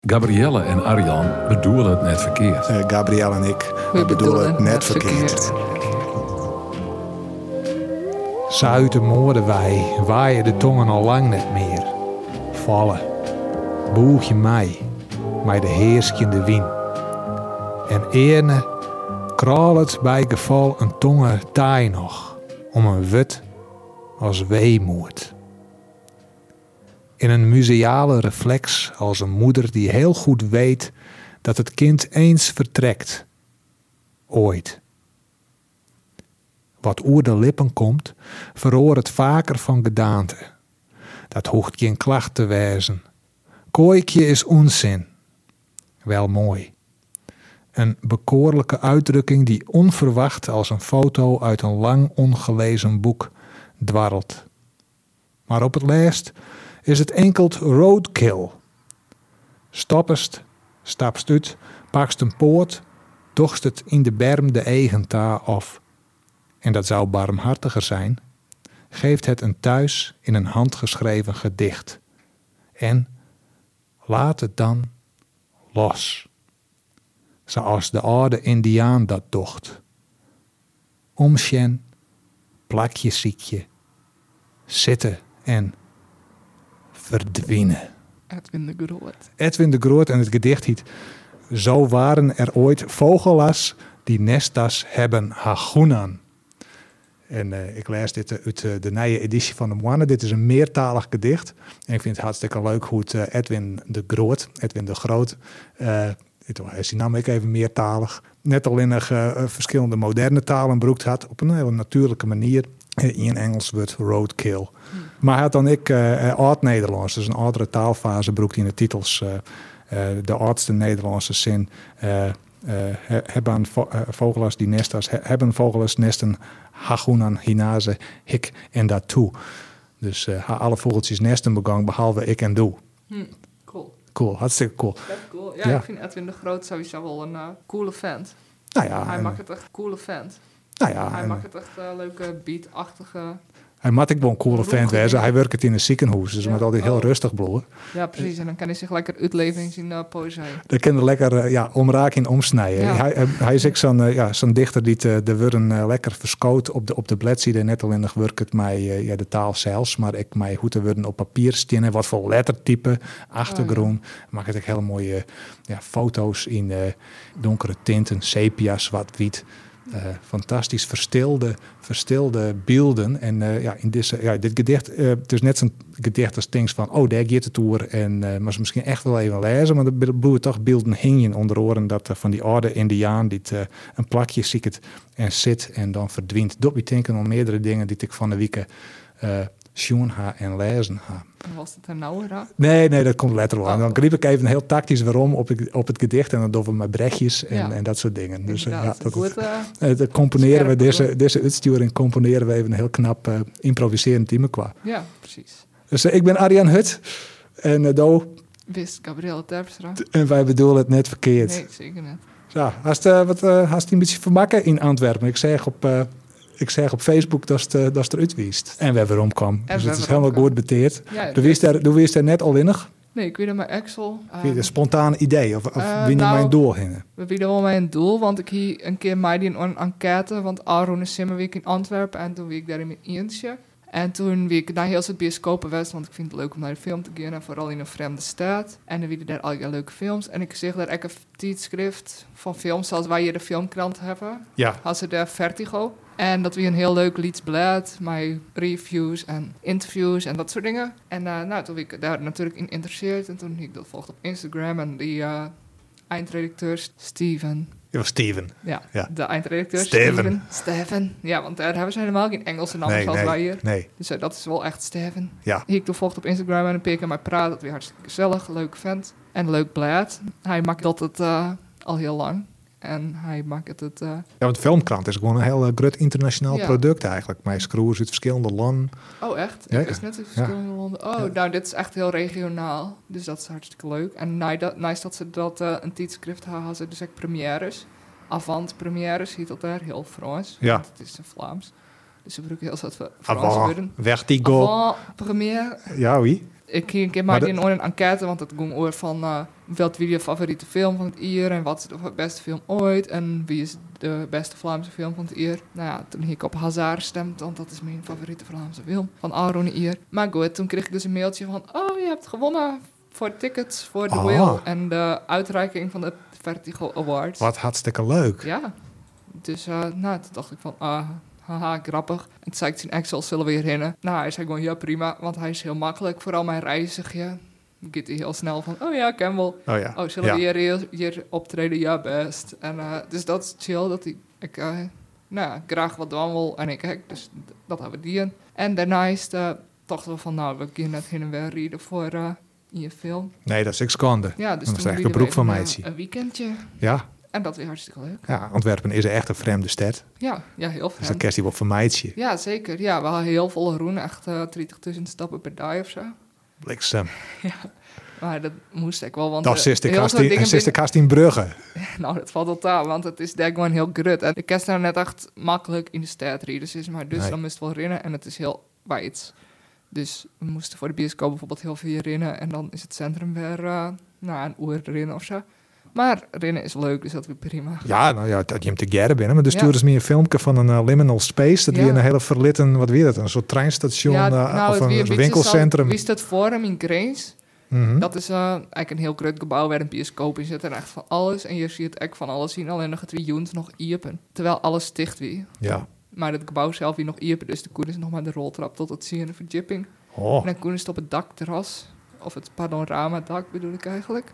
Gabrielle en Arjan bedoelen het net verkeerd. Gabrielle en ik bedoelen het net verkeerd. Zuid de moordenwei waaien de tongen al lang net meer. Vallen, boeg je mij de heerskende wien. En eerne kraalt bij geval een tonge taai nog, om een wut als weemoed. In een museale reflex als een moeder die heel goed weet dat het kind eens vertrekt. Ooit. Wat oer de lippen komt, verhoor het vaker van gedaante. Dat hoeft geen klacht te wijzen. Kooikje is onzin. Wel mooi. Een bekoorlijke uitdrukking die onverwacht als een foto uit een lang ongelezen boek dwarrelt. Maar op het laatst is het enkelt roadkill. Stoppest, stapst uit, pakst een poort, tochst het in de berm de egenta af. En dat zou barmhartiger zijn, geeft het een thuis in een handgeschreven gedicht. En laat het dan los. Zoals de oude Indiaan dat docht. Omsjen, plakje ziekje, zitten en verdwijnen. Edwin de Groot en het gedicht hiet: Zo waren er ooit vogelaars die nestas hebben hagoenan. En ik lees dit uit de nieuwe editie van de Moanne. Dit is een meertalig gedicht. En ik vind het hartstikke leuk hoe het Edwin de Groot, hij is die naam ook even meertalig, net al in verschillende moderne talen gebruikt had, op een hele natuurlijke manier. In Engels wordt roadkill. Maar hij had dan ik oud-Nederlands, dus een oudere taalfase, gebruikt in de titels. De oudste Nederlandse zin. Hebben vogelaars die nestas, hebben vogelaars nesten, hagunan, hinaze, hik en daartoe. Dus alle vogeltjes nesten begang, behalve ik en doe. Cool, hartstikke cool. Dat cool. Ja, ik vind Edwin de Groot sowieso wel een coole vent. Nou ja, hij maakt het echt een coole vent. Nou ja, hij maakt het echt leuke beat-achtige. Hij moet ik wel een coole vent wezen. Hij werkt het in een ziekenhuis, dus hij moet altijd heel rustig bloeien. Ja, precies. En dan kan hij zich lekker uitleven in zijn poëzie. Dan kan hij lekker omraken en omsnijden. Ja. Hij is ook zo'n dichter die de woorden lekker verskoot op de bladzijde. Net al in de werk het mij de taal zelfs, maar ik mij hoe te worden op papier staan en wat voor lettertype, achtergrond. Maak het ook hele mooie foto's in donkere tinten, sepia, zwart-wit. Fantastisch verstilde beelden. En in dit gedicht, het is net zo'n gedicht als things van, daar gaat het door. En maar ze misschien echt wel even lezen, maar er bloeien toch beelden hingen onder oren dat van die oude Indiaan die een plakje ziet en zit en dan verdwijnt. Dat betekent al meerdere dingen die ik van de week zien ha en lezen ha. Was het er nou weer? Nee, dat komt later wel. En dan griep ik even heel tactisch waarom op het gedicht en dan doen we met brechtjes en dat soort dingen. Dus dat componeren we deze uitsturing componeren we even een heel knap improviserend team qua. Ja, precies. Dus ik ben Arjan Hut en Do wist Gabrielle Terpstra. En wij bedoelen het net verkeerd. Nee, zeker niet. Zo, hast je een beetje vermakken in Antwerpen? Ik zeg op Facebook dat het eruit wiest. En we hebben omkwam. Dus het is helemaal goed beteerd. Ja, Doe wist er net al innig? Nee, ik weet het maar Excel. Een spontane idee? Of wie mijn doel hingen? We wieden wel mijn doel, want ik hier een keer mij die een enquête. Want Aaron is Simmerweek in Antwerpen en toen wie ik daar in mijn eentje. En toen wie ik naar heel veel bioscopen was, want ik vind het leuk om naar de film te gaan. En vooral in een vreemde staat. En dan wieden daar al die leuke films. En ik zeg daar ook een tijdschrift van films, zoals wij hier de filmkrant hebben. Ja. Had ze daar Vertigo. En dat weer een heel leuk liedblad met reviews en interviews en dat soort dingen. En toen ben ik daar natuurlijk in geïnteresseerd. En toen ik dat volgde op Instagram. En die eindredacteur Steven. Ja, Steven. Ja, de eindredacteur Steven. Ja, want daar hebben ze helemaal geen Engelse naam zoals wij hier. Nee. Dus dat is wel echt Steven. Ja. Ik volgde op Instagram en een keer mij praten. Dat weer hartstikke gezellig, leuk vent. En leuk blad. Hij maakt dat al heel lang. En hij maakt het... Ja, want de filmkrant is gewoon een heel groot internationaal product eigenlijk. Met screws uit verschillende landen. Oh, echt? Ja, is net uit verschillende landen. Oh, nou, dit is echt heel regionaal. Dus dat is hartstikke leuk. En naast dat ze dat een tijdschrift hadden ze dus ook premières. Avant premières heet dat daar, heel Frans. Ja. Want het is Vlaams. Dus ze gebruiken heel wat Frans woorden. Vertigo. Avant première. Ja, wie? ik ging een keer maar in een enquête, want het ging over van wat wie je favoriete film van het jaar en wat is de beste film ooit en wie is de beste Vlaamse film van het jaar. Nou ja, toen heb ik op Hazard gestemd, want dat is mijn favoriete Vlaamse film van Aaron Ier. Maar goed, toen kreeg ik dus een mailtje van, oh, je hebt gewonnen voor tickets voor The Whale en de uitreiking van de Vertigo Awards. Wat hartstikke leuk. Ja, dus toen dacht ik van, haha, grappig. En toen zei ik zijn Axel, zullen we hierheen? Nou, hij zei gewoon, ja, prima, want hij is heel makkelijk. Vooral mijn reizigje. Gaat hij heel snel van, oh ja, ken wel. Oh, zullen we hier optreden? Ja, best. En dus dat is chill, dat ik graag wat doen wil. En ik hek, dus dat hebben we die. En daarna is dachten we van, we kunnen net heen en weer rijden voor in je film. Nee, dat is ik-skande. Ja, dus dat is echt een broek van mij. Een weekendje. Ja. En dat is hartstikke leuk. Ja, Antwerpen is echt een vreemde stad. Ja, heel vreemd. Dus dat kerst hij wel voor meidje. Ja, zeker. Ja, we hadden heel veel groen. Echt 30.000 stappen per dag of zo. Bliksem. Ja, maar dat moest ik wel. Want dat is de kast in Brugge. Nou, dat valt totaal, want het is daar gewoon heel grut. En ik kan daar net echt makkelijk in de stad rijden. Maar dus dan moest het wel rennen en het is heel wijd. Dus we moesten voor de bioscoop bijvoorbeeld heel veel rennen. En dan is het centrum weer een uur rennen of zo. Maar rennen is leuk, dus dat is prima. Ja, nou ja, dat je hem te gerren binnen. Maar dus stuurde ze me een filmpje van een liminal space. Dat weer een hele verlitten, wat weer dat? Een soort treinstation of een winkelcentrum. Wie is dat Forum in Grains? Mm-hmm. Dat is eigenlijk een heel groot gebouw waar een bioscoop in zit en echt van alles. En je ziet echt van alles zien, alleen nog het weekend nog iepen. Terwijl alles dicht wie. Ja. Maar het gebouw zelf wie nog iepen, dus de koen is nog maar de roltrap tot het zien en de verdieping. Oh. En dan koen is het op het dakterras, of het panoramadak bedoel ik eigenlijk.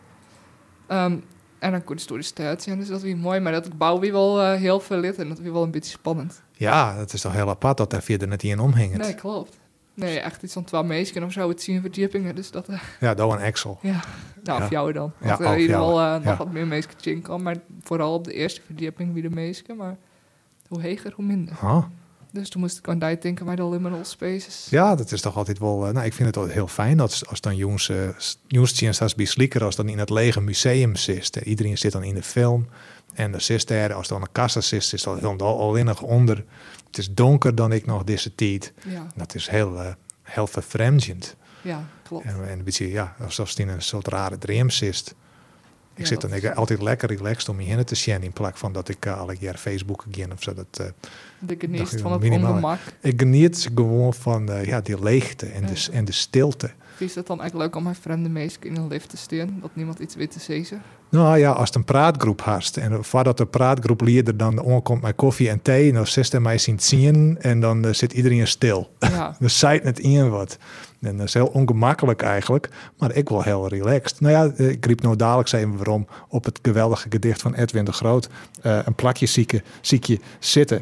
En dan kon je door de stad zien, dus dat is weer mooi. Maar dat gebouw weer wel heel veel lid en dat weer wel een beetje spannend. Ja, dat is toch heel apart dat daar verder net in omhing. Nee, klopt. Nee, echt iets van 12 meisjes of zo, het zien verdiepingen. Dus dat, ja, dat een Excel. Ja, nou, of jou dan. Want in ieder geval nog wat meer meisjes in kan. Maar vooral op de eerste verdieping wie de meisjes. Maar hoe heger, hoe minder. Huh. Dus toen moest ik aan die denken bij de liminal spaces. Ja, dat is toch altijd wel... ik vind het altijd heel fijn als dan jongens als bij Slieker, als dan in het lege museum zit. Iedereen zit dan in de film. En de zit daar, als dan een kassa zit, is dat al innig onder. Het is donker dan ik nog deze tijd. Ja. Dat is heel vervreemdend. Ja, klopt. En een beetje, alsof het in een soort rare dream zit. Ik zit dan altijd lekker relaxed om je heen te zien in plaats van dat ik al een jaar Facebook again of zo. De geniet van het ongemak. Ik geniet gewoon van die leegte en de stilte. Is het dan eigenlijk leuk om met vreemde mensen in een lift te staan? Dat niemand iets weet te zeggen? Nou ja, als het een praatgroep hast en voordat de praatgroepleider dan aankomt met koffie en thee, dan zit hij mij zien zien en dan zit iedereen stil. Ja. Dan zei het in wat. En dat is heel ongemakkelijk eigenlijk, maar ik wel heel relaxed. Nou ja, ik riep nou dadelijk even waarom op het geweldige gedicht van Edwin de Groot. Een plakje ziekje zitten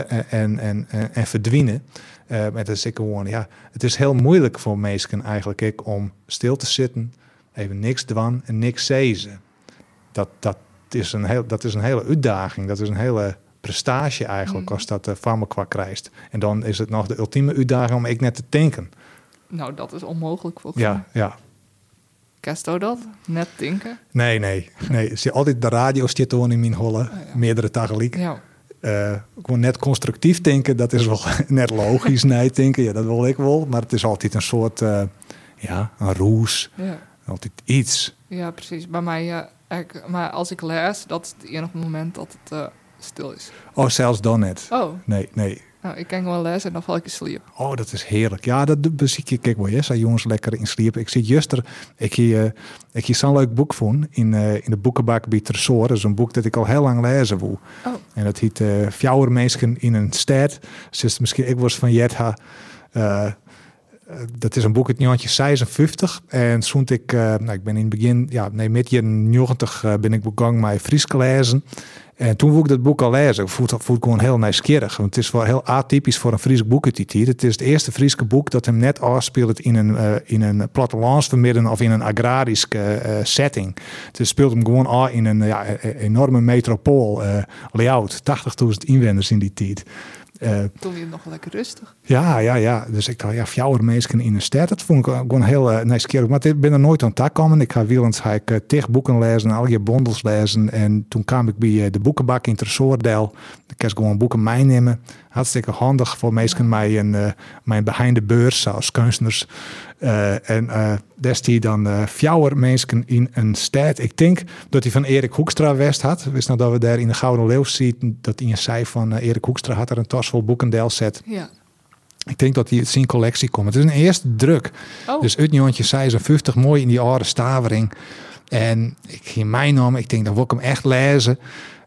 en verdwijnen. Met dat ik gewoon, het is heel moeilijk voor mensen eigenlijk om stil te zitten, even niks doen en niks zeggen. Dat is een hele uitdaging. Dat is een hele prestatie eigenlijk als dat van me qua krijgt. En dan is het nog de ultieme uitdaging om ik net te denken. Nou, dat is onmogelijk volgens mij. Ja. Kesto dat? Net denken? Nee. Zie altijd de radio zit gewoon in mijn holle, meerdere tegelijk. Ja. Gewoon net constructief denken, dat is wel net logisch. Nee, denken, ja, dat wil ik wel. Maar het is altijd een soort, een roes. Ja. Altijd iets. Ja, precies. Bij mij, maar als ik lees, dat is het enige moment dat het stil is. Oh, zelfs dan net? Oh. Nee. Nou, ik kan gewoon lezen en dan val ik in slaap. Oh, dat is heerlijk. Ja, dat beziek je. Kijk wel, zei jongens lekker in slaap. Ik zie juster, ik hier zo'n leuk boek van in de boekenbak bij Tresor. Dat is een boek dat ik al heel lang lezen wil. Oh. En dat heet Fjouwer mensen in een stad. Dus misschien ik was van Jetha. Dat is een boek uit 1956. En toen ik ben in het begin, met jaren 90 ben ik begonnen met Fries lezen. En toen wil ik dat boek al lezen. Ik voel het gewoon heel nieuwsgierig. Want het is wel heel atypisch voor een Fries boek uit die tijd. Het is het eerste Friese boek dat hem net afspeelt in een plattelandsvermidden of in een agrarische setting. Het speelt hem gewoon af in een enorme metropool layout. 80.000 inwoners in die tijd. Toen weer nog lekker rustig. Ja. Dus ik had fjouwer mensen in een stad. Dat vond ik gewoon heel nieuwsgierig. Maar ik ben er nooit aan het komen. Ik ga wielens tig boeken lezen, al je bondels lezen. En toen kwam ik bij de boekenbak in Tresoordel. Ik kon gewoon boeken meenemen. Hartstikke handig voor mensen mijn behind de beurs als kunstenaars. Daar stie dan 4 mensen in een stad. Ik denk dat hij van Erik Hoekstra west had. Wist nou dat we daar in de Gouden Leeuw zien dat hij zei van Erik Hoekstra had er een tas vol boekendeel zet. Ja. Ik denk dat hij het zien collectie komt. Het is een eerste druk. Oh. Dus uit 1956 mooi in die oude stavering. En ik ging mijn naam, ik denk dat wil ik hem echt lezen.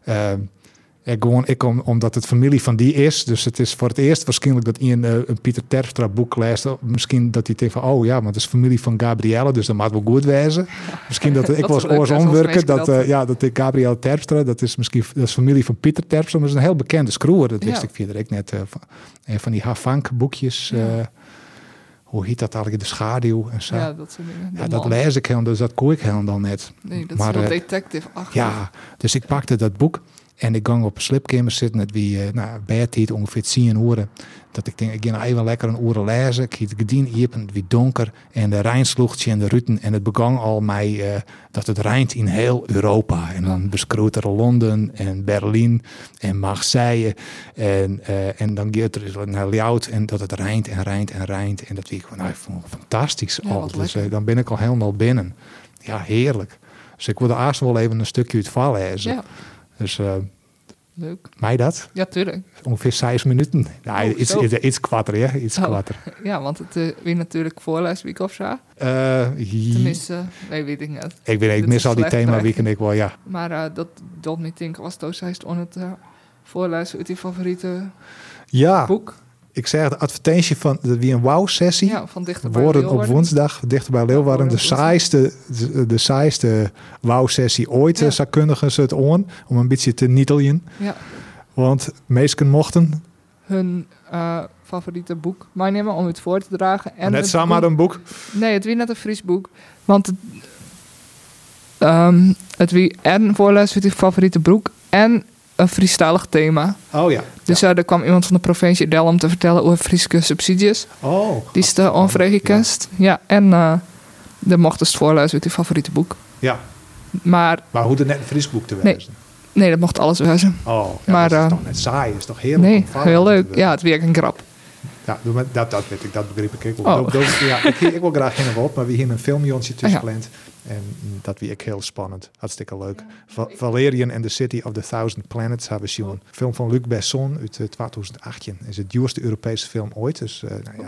Omdat het familie van die is. Dus het is voor het eerst waarschijnlijk dat hij een Pieter Terpstra boek leest. Misschien dat hij denkt van, oh ja, maar het is familie van Gabrielle, dus dat moet wel goed wezen. Misschien dat ik was oors omwerken dat ik Gabrielle Terpstra, dat is familie van Pieter Terpstra, maar dat is een heel bekende schroever. Dat wist ik verder ik net. Van die Havank boekjes. Hoe heet dat eigenlijk? De schaduw en zo. Ja, dat soort dingen. Ja, dat lees ik helemaal, dus dat koe ik helemaal net. Nee, dat is wel detective-achtig. Ja, dus ik pakte dat boek en ik ging op een slipkamer zitten. Het wie bedtijd ongeveer 10 uur. Dat ik denk, ik ga nou even lekker een uur lezen. Ik hield gedien hier, het wie donker en de Rijn sloeg en de ruten. En het begon al mij dat het rijnt in heel Europa. En dan beschroeit er Londen en Berlijn en Marseille. En dan gaat er naar Ljout en dat het rijnt en rijnt en rijnt. En dat vind ik gewoon fantastisch. Ja, dus dan ben ik al helemaal binnen. Ja, heerlijk. Dus ik wilde eerst wel even een stukje uit val lezen. Ja. Dus leuk. mij dat? Ja, tuurlijk. Ongeveer 6 minuten. Ja, iets kwatter, ja. Iets kwatter. Ja, want het weer natuurlijk voorleesweek of zo. Tenminste, nee, weet ik niet. Ik mis al die thema-week ik wel, ja. Maar dat meeting was toch juist on het voorlezen uit die favoriete boek. Ik zeg de advertentie van wie een wow-sessie. Ja, van Dichterbij worden Leeuwarden. op woensdag Dichterbij Leeuwarden de saaiste wow-sessie ooit zou kundigen ze het om een beetje te nietelen. Ja. Want meesten mochten hun favoriete boek meenemen om het voor te dragen. En net samen een boek? Nee, het wie net een Fries boek. Want het wie en voorlezen uit die favoriete boek en een Friestalig thema. Oh ja. Dus er kwam iemand van de provincie Del om te vertellen over Friese subsidies. Oh. Die is de onvrijgekend. Ja, en dan mochten ze het voorlezen uit die favoriete boek. Ja. Maar hoe er net een Fries boek te wezen? Nee, dat mocht alles wezen. Oh, ja, maar dat is toch net saai, dat is toch heerlijk? Nee, heel leuk. Ja, het werkt een grap. Ja, dat weet ik, dat begreep ik ook. Ik wil graag geen op, maar we hier een filmjontje tussen gepland. En dat wie ik heel spannend. Hartstikke leuk. Valerian and the City of the Thousand Planets hebben we zien. Film van Luc Besson uit 2018. Is het duurste Europese film ooit. Dus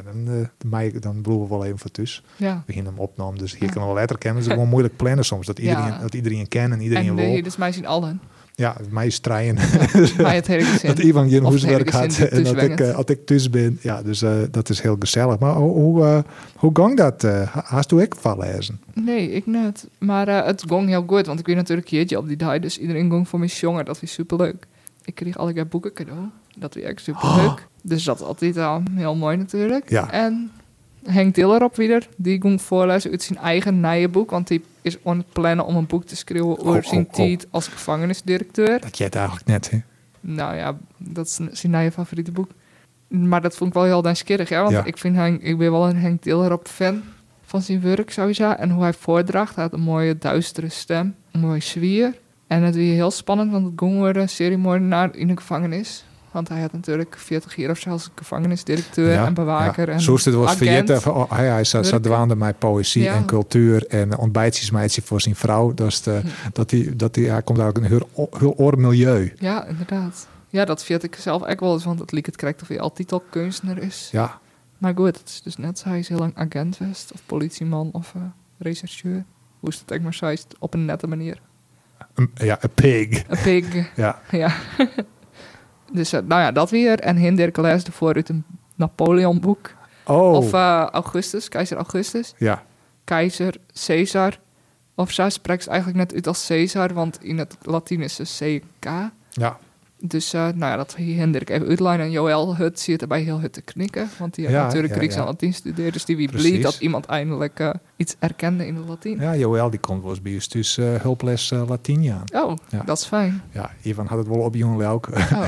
dan bloeien we wel even voor thuis. Ja. We gingen hem opnemen, dus hier kunnen we later kennen. Het is gewoon moeilijk plannen soms. Dat iedereen kent en iedereen wil. En dus mij zien allen. Ja, mij is treien. Mij het hele gezin. Dat Ivan geen huiswerk had en dat ik thuis ben. Ja, dus dat is heel gezellig. Maar hoe ging dat? Hast u ook van lezen? Nee, ik net. Maar het ging heel goed, want ik weet natuurlijk jeetje op die dag. Dus iedereen ging voor mij jongen. Dat was superleuk. Ik kreeg alle boeken cadeau. Dat was echt superleuk. Dus dat is altijd heel mooi natuurlijk. Ja. En Henk Dillerop weer, die ging voorlezen uit zijn eigen nieuwe boek. Want die is aan het plannen om een boek te schrijven over zijn tijd als gevangenisdirecteur. Dat jij het eigenlijk net, hè? Nou ja, dat is zijn nieuwe favoriete boek. Maar dat vond ik wel heel nieuwsgierig, ja. Want ik ben wel een Henk Dillerop fan van zijn werk sowieso. En hoe hij voordraagt, hij had een mooie duistere stem, een mooie sfeer. En het was heel spannend, want het ging worden seriemoordenaar in de gevangenis. Want hij had natuurlijk 40 jaar of zo als gevangenisdirecteur en bewaker. En zo is het was vergeten. Hij zat dwaande met poëzie en cultuur en ontbijtjesmeidje voor zijn vrouw. Dus hij komt uit een heel oor milieu. Ja, inderdaad. Ja, dat vind ik zelf ook wel eens, want het lijkt het correct of hij al titelkunstenaar is. Ja. Maar goed, het is dus net zo. Hij is heel lang agent geweest, of politieman, of rechercheur. Hoe is het ook maar zo, op een nette manier. Ja, een pig. Een pig. Ja. Ja. Dus dat weer. En Hinderke leesde voor uit een Napoleon-boek. Oh. Of Augustus, keizer Augustus. Ja. Keizer Caesar. Of zo spreekt ze eigenlijk net uit als Caesar, want in het Latijn is ze CK. Ja. Dus dat Hendrik even uitlijnen. En Joël Hut zit erbij heel hut te knikken. Want die heeft natuurlijk Grieks en Latijn studeert. Dus die wie blij dat iemand eindelijk iets erkende in de Latijn. Ja, Joël die komt wel eens bij ons dus hulples Latijn aan. Oh, dat is fijn. Ja, Ivan had het wel op jongen Leuk. Oh.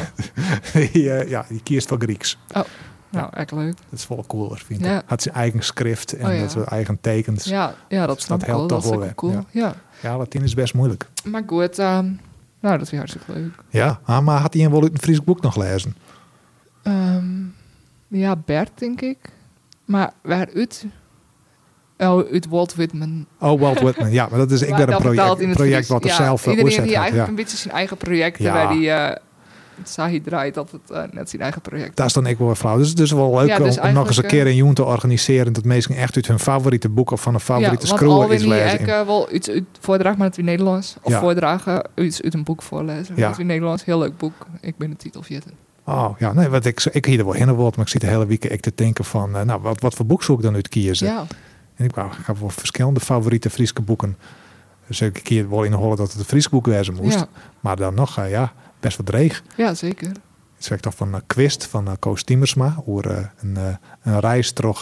die kiest voor Grieks. Oh, nou, echt leuk. Dat is wel cooler, vind ik. Had zijn eigen schrift en dat soort eigen tekens. Ja, dat snap ik wel. Dat is wel cool. Ja, Latijn is best moeilijk. Maar goed, dat is weer hartstikke leuk. Ja, maar had hij een wel uit een Fries boek nog lezen? Ja, Bert, denk ik. Maar waaruit? uit Walt Whitman. Oh, Walt Whitman. Ja, maar dat is ik Maar ben een dat vertaald in het project Fries. wat er zelf iedereen oorzet die had, eigenlijk ja. een beetje zijn eigen projecten... Ja. waar die Sahi draait dat het net zijn eigen project Dat is dan ik wel flauw. Dus het is wel leuk Ja, dus om nog eens een eigenlijk, keer een joen te organiseren... dat mensen echt uit hun favoriete boek of van een favoriete want screwer alweer iets niet lezen. ik wel iets uit voordragen, maar het weer Nederlands. Of Ja. voordragen, iets uit een boek voorlezen. Ja. Het weer Nederlands, heel leuk boek. Ik ben de titel vergeten. Oh, ja, nee, wat ik hier er wel heen wil, maar ik zie de hele week ik te denken van... wat voor boek zou ik dan uit kiezen? Ja, En ik heb wel verschillende favoriete Friese boeken. Dus ik keer wel inholen dat het een Fries boek wezen moest. Ja. Maar dan nog, best wat dreig. ja, zeker. Het werkt toch van Quist van Koos Tiemersma. Over een reis toch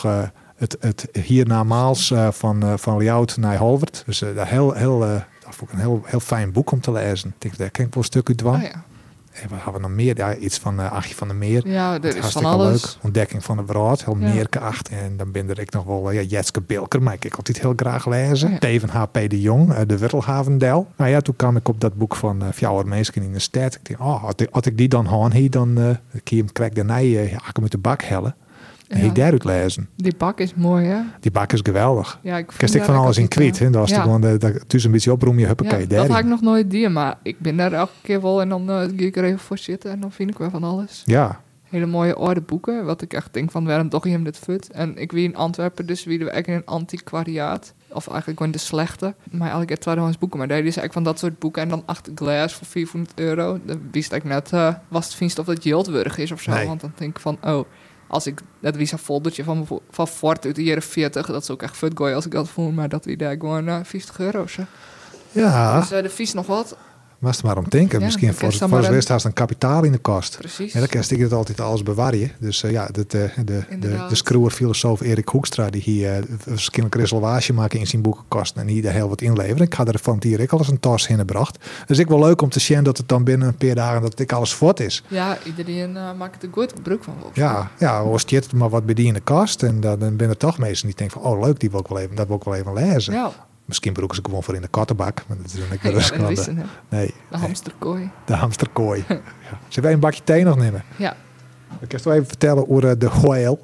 het hiernamaals van Ljout naar Holwert. Dus dat vond ik een heel fijn boek om te lezen. Ik denk, daar ken ik wel een stuk uit van. Oh, ja. En wat hebben we nog meer? Ja, iets van Achie van der Meer. Ja, er is van Hartstikke alles. leuk. Ontdekking van de Brood. Heel Ja. Meerke-acht. En dan ben ik nog wel Jetske Bilker. Maar ik altijd heel graag lezen. Oh ja. Teven H.P. de Jong. De Wittelhavendel. Nou ja, toen kwam ik op dat boek van Fjouwer Meesken in de stad. Ik dacht, had ik die dan gewoon hier, dan krijg ik daarna ik hem uit de bak hellen. En Ja. hier daaruit lezen. Die bak is mooi, hè? Die bak is geweldig. Ja, ik Kerst ik van alles in kwiet. Hè? Dat was ja. gewoon tussen een beetje oproem je huppakee. Ja, daarin. dat had ik nog nooit die, maar ik ben daar elke keer wel en dan ga ik er even voor zitten en dan vind ik wel van alles. Ja. Hele mooie oude boeken, wat ik echt denk van waarom toch hem dit fut. En ik wie in Antwerpen, dus wie we eigenlijk een antiquariaat. Of eigenlijk gewoon de slechte. Maar eigenlijk het tweedehands boeken. Maar daar is eigenlijk van dat soort boeken. En dan achter glas voor €400. Dan wist ik net, was het vindt of dat gildwurg is of zo. Nee. Want dan denk ik van, als ik, dat was een foldertje van Ford uit de jaren 40. Dat is ook echt futgooi als ik dat voel. Maar dat wie daar gewoon €50. Zo. Ja. Dus de vies nog wat. Was er maar om denken. Ja, Misschien dan voor kerst dan het maar rest haast een kapitaal in de kost. Precies. Ja, dan kan ik het altijd alles bewaren. Dus de Inderdaad. screwer-filosoof Erik Hoekstra... die hier verschillende resolvatie maken in zijn boekenkosten... en hier daar heel wat inleveren. Ik had er van hier al eens een tas heen gebracht. Dus ik wel leuk om te zien dat het dan binnen een paar dagen... dat ik alles voort is. Ja, iedereen maakt er goed gebruik van. Ja, als je het maar wat bij die in de kast... en dan ben er toch mensen die denken van... oh, leuk, dat wil ik wel even lezen. Ja, Misschien broeken ze gewoon voor in de kattenbak. Maar dat is natuurlijk ja, wel eens dat wisten, hè. Nee, De hamsterkooi. de hamsterkooi. Ja. Zullen wij een bakje thee nog nemen? Ja. Ik kan je wel even vertellen over de Whale.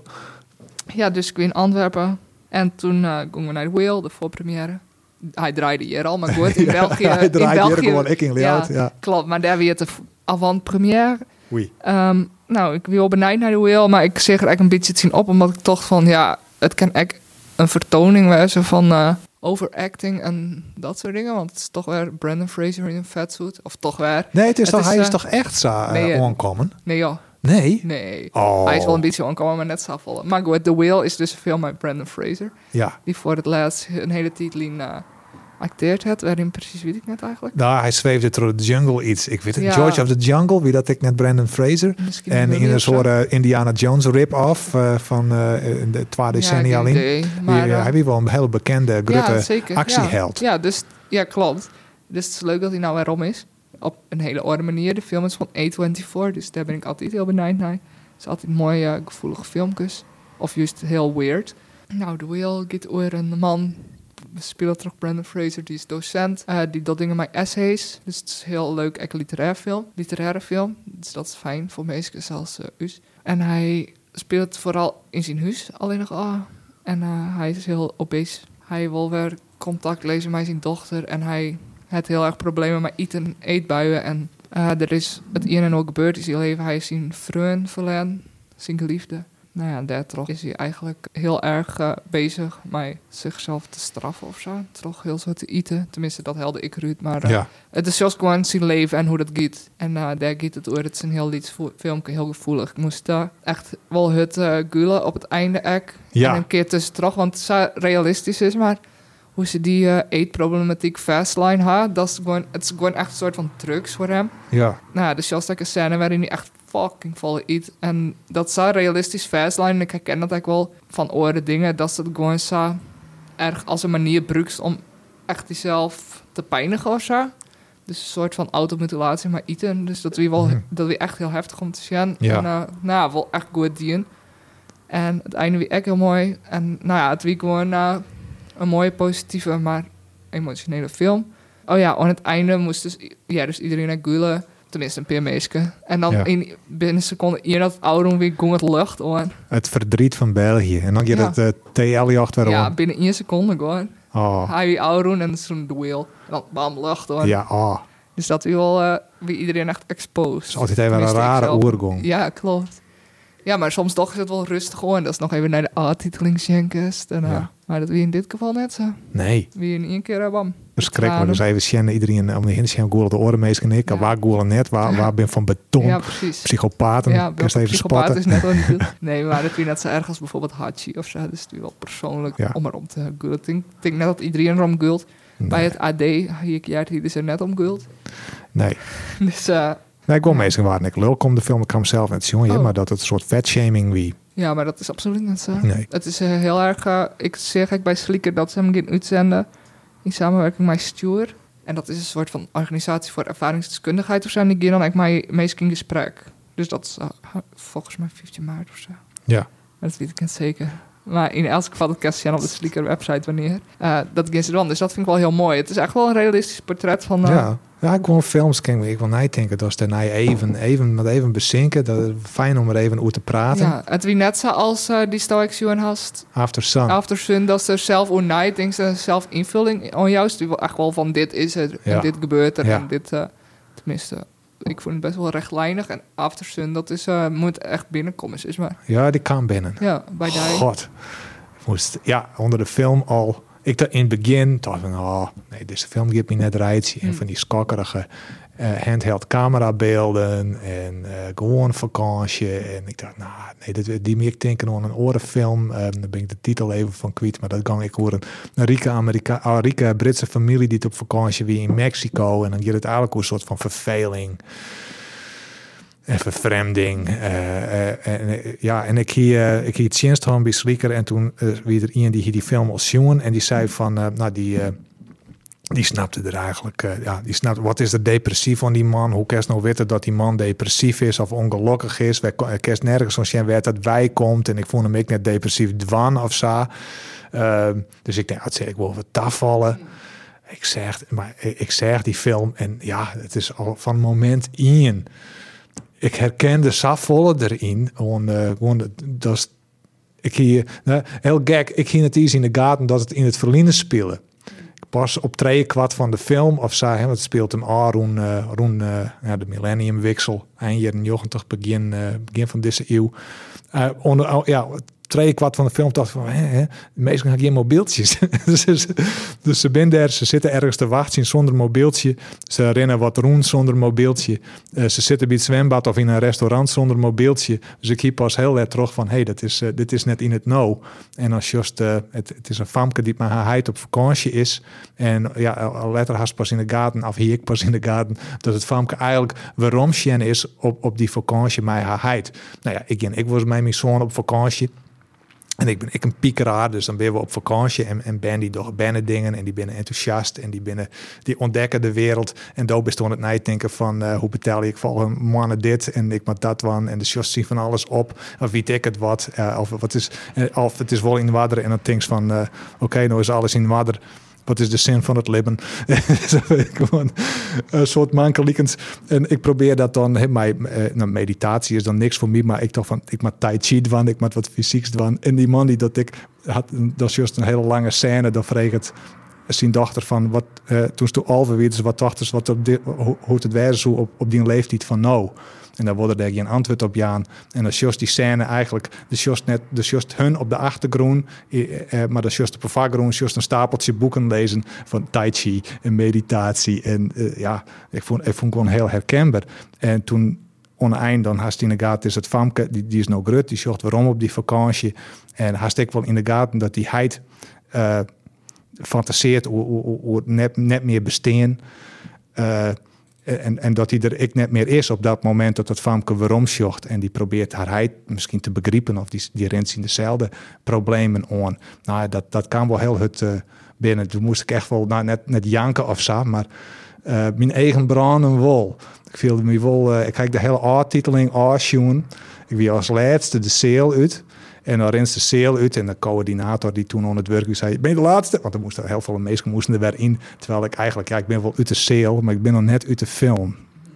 Ja, dus ik ben in Antwerpen. En toen gingen we naar de Whale, de voorpremière. Hij draaide hier al, maar goed, in België... Hij draait in hier België, gewoon ik in Ljout, ja. Klopt, maar daar weer de avant-première. Oei. Nou, ik wil benijd naar de Whale, maar ik zeg er eigenlijk een beetje het zien op, omdat ik toch van, ja, het kan echt een vertoning wezen van overacting en dat soort dingen, want het is toch weer Brendan Fraser in een fatsuit, of toch weer... Nee, hij is eh, toch echt zo nee, onkomen? Nee, ja. Nee? Nee. Oh. Hij is wel een beetje onkomen, maar net zoveel. Maar goed, The Whale is dus een film met Brendan Fraser, Ja. die voor het laatst een hele titel in acteerd had, waarin precies weet ik net eigenlijk. Nou, hij zweefde door de jungle iets. Ik weet het, Ja. George of the Jungle, wie dat ik net Brendan Fraser. Misschien En wel in niet een of zo. soort Indiana Jones rip-off van de 2 decennia geen in. idee, maar, Hij heeft wel een hele bekende, grote zeker. actieheld. Ja, dus, ja, klopt. Dus het is leuk dat hij nou weer om is. Op een hele oude manier. De film is van A24, dus daar ben ik altijd heel benieuwd naar. Het is altijd mooie, gevoelige filmpjes. Of juist heel weird. Nou, The Whale gaat over een man. We spelen terug Brendan Fraser, die is docent. Die doet dingen met essays. Dus het is een heel leuk, echt literaire film. Dus dat is fijn voor mensen zoals us. En hij speelt vooral in zijn huis alleen nog. En hij is heel obese. Hij wil weer contact lezen met zijn dochter. En hij heeft heel erg problemen met eten, eetbuien. En er is het een en ook gebeurd in zijn leven. Hij is zijn vriend verloren, zijn geliefde. Nou ja, daar toch is hij eigenlijk heel erg bezig met zichzelf te straffen of zo. Toch heel zo te eten. Tenminste, dat helde ik eruit. Maar Ja. het is zelfs gewoon zijn leven en hoe dat gaat. En daar gaat het over. Het is een heel lied filmpje, heel gevoelig. Ik moest echt wel het gulen op het einde ek. Ja. En een keer tussen terug, want het zo realistisch is, maar hoe ze die eetproblematiek fastline had, het is gewoon echt een soort van drugs voor hem. Ja. Nou ja, dus zelfs een scène waarin hij echt fucking vol eet. En dat is zo realistisch fastline. En ik herken dat ook wel van oren dingen, dat ze het gewoon zo erg als een manier gebruikt om echt jezelf te pijnigen of zo. Dus een soort van automutilatie maar eten. Dus dat dat weer echt heel heftig om te zien. Ja. En nou, wel echt goed dienen. En het einde weer echt heel mooi. En nou ja, het weer gewoon een mooie, positieve, maar emotionele film. Oh ja, aan het einde moest dus iedereen naar gulen. Tenminste, een paar meisje. En dan Ja. binnen een seconde hier dat oude weer ging het lucht aan. Het verdriet van België. En dan gaat Ja. het TL-jacht weer Ja, om. binnen 1 seconde gewoon. Oh, Hij wie oude en zo'n duel. En dan bam, lucht aan. ja, oh. Dus dat is wel wie iedereen echt exposed. Het is altijd even een Tenminste, ik rare zelf. oorgong. Ja, klopt. Ja, maar soms toch is het wel rustig gewoon. Dat is nog even naar de A-titeling schenken. Ja. Maar dat wie in dit geval net zo. Nee, Wie in één keer bam. verschrikkelijk. Dus even Shannon, iedereen om de heen Shannon goelen de orenmeester en ik. Ja. Waar goelen net, waar ben van beton. Ja, precies. Psychopaten, Ja, kerst even psychopaat spotten. is net wel niet. Nee, maar dat vind je net zo erg als bijvoorbeeld Hachi of zo. Dus het is wel persoonlijk Ja. om erom te gulden. Ik denk net dat iedereen erom gult. Bij het AD hier is er net om guld. Nee. Dus Nee, ik wil meestal waar ik lul kom de film, ik kan mezelf net zien, Oh. maar dat het een soort vetshaming wie. ja, maar dat is absoluut niet zo. Nee. Het is heel erg... ik zeg bij Slikker dat ze hem gaan uitzenden in samenwerking met Stuur. En dat is een soort van organisatie voor ervaringsdeskundigheid of zo. En die gaan dan eigenlijk meest in gesprek. Dus dat is volgens mij 15 maart of zo. Ja. Dat weet ik niet zeker. Maar in elk geval, dat kan je op de Slikker website wanneer. Dat gaan ze dan. Dus dat vind ik wel heel mooi. Het is echt wel een realistisch portret van... Ja, ik wil films ik wil nadenken. Dat is daarna even bezinken. Dat is fijn om er even over te praten. ja, het wie net zo als die Stoic Johan hast. After Sun. After Sun, dat ze er zelf over nadenkt. Ze zelf invulling on juist. Die wil echt wel van dit is het. Ja. En dit gebeurt er. Ja. En dit... tenminste, ik vond het best wel rechtlijnig. En After Sun, dat is, moet echt binnenkomen. Is maar. Ja, die kan binnen. Ja, bij die. God. Ik moest, onder de film al... Ik dacht in het begin, dacht van, nee, deze film geeft me net rijtje. En van die skokkerige handheld camerabeelden en gewoon vakantie. En ik dacht, die meer ik denken aan een orenfilm. Dan ben ik de titel even van kwijt, maar dat gang ik hoor een rieke Britse familie die op vakantie weer in Mexico. En dan gaat het eigenlijk een soort van verveling. En vervreemding. En ik hier het tjenst van bij Slikker. En toen wie er iemand die film al zien. En die zei van, die snapte er eigenlijk. Die snapte, wat is er depressief van die man? Hoe kan je nou weten dat die man depressief is of ongelukkig is? Wij kan nergens zo zien waar dat wij komt. En ik vond hem ook net depressief dwan of zo. Dus ik denk, ik wil wat afvallen. Ik zeg die film. En ja, het is al van moment 1... Ik herkende Safvolle erin. Heel gek. Ik ging het eens in de gaten dat het in het verliezen spelen. Ik pas op 3/4 van de film of zo. Het speelt hem rond de millenniumwissel. Eind jaren 90, begin van deze eeuw. 3/4 van de film dacht ik van, de meesten hebben geen mobieltjes. dus ze zijn daar, ze zitten ergens te wachten zonder mobieltje. Ze rennen wat rond zonder mobieltje. Ze zitten bij het zwembad of in een restaurant zonder mobieltje. Dus ik hier pas heel erg terug van, dit is net in het nou. En als just, het is een famke die met haar heid op vakantie is. En later had ze pas in de gaten, of hier ik pas in de gaten, dat het famke eigenlijk waarom Sjen is op die vakantie met haar heid. Nou ja, ik was met mijn zoon op vakantie. En ik ben een piekeraar, dus dan ben we op vakantie en Ben die toch binnen dingen en die binnen enthousiast en die ontdekken de wereld. En daar bestond het nadenken van hoe betel ik voor mannen dit en ik moet dat wan en de shows zien van alles op. Of wie ik het wat, of het is wel in water en dan denk van oké, nou is alles in water. Wat is de zin van het leven? Gewoon een soort mankeliekens. En ik probeer dat dan. Meditatie is dan niks voor mij. Maar ik dacht van, ik moet tai chi doen. Ik moet wat fysieks doen. En die man die dat ik had, dat is juist een hele lange scène. Dan vreeg het zijn dochter van, wat toen ze alweer weten wat dachten hoe het wijze zo op die leeftijd van nou. En dan worden er geen antwoord op Jaan. En dan is die scène eigenlijk, de just hun op de achtergrond, maar de just op de voorgrond, just een stapeltje boeken lezen van tai chi en meditatie. En ik vond gewoon heel herkenbaar. En toen oneind dan haast in de gaten is het famke, die is nou grut, die zocht waarom op die vakantie. En haast ik wel in de gaten dat die heid fantaseert hoe net meer bestaan. En dat hij er ik net meer is op dat moment dat het famke waarom zocht. En die probeert haar heid misschien te begrijpen. Of die rent in dezelfde problemen aan. Nou, dat kan wel heel goed binnen. Toen moest ik echt wel net janken of zo. Maar mijn eigen branden wel. Ik voelde me wel. Ik kijk de hele A-titeling aansjoen. Ik wie als laatste de sale uit. En dan rent de sale uit en de coördinator die toen aan het werk zei, ben je de laatste? Want er moesten heel veel mensen er weer in. Terwijl ik eigenlijk, ik ben wel uit de sale, maar ik ben nog net uit de film.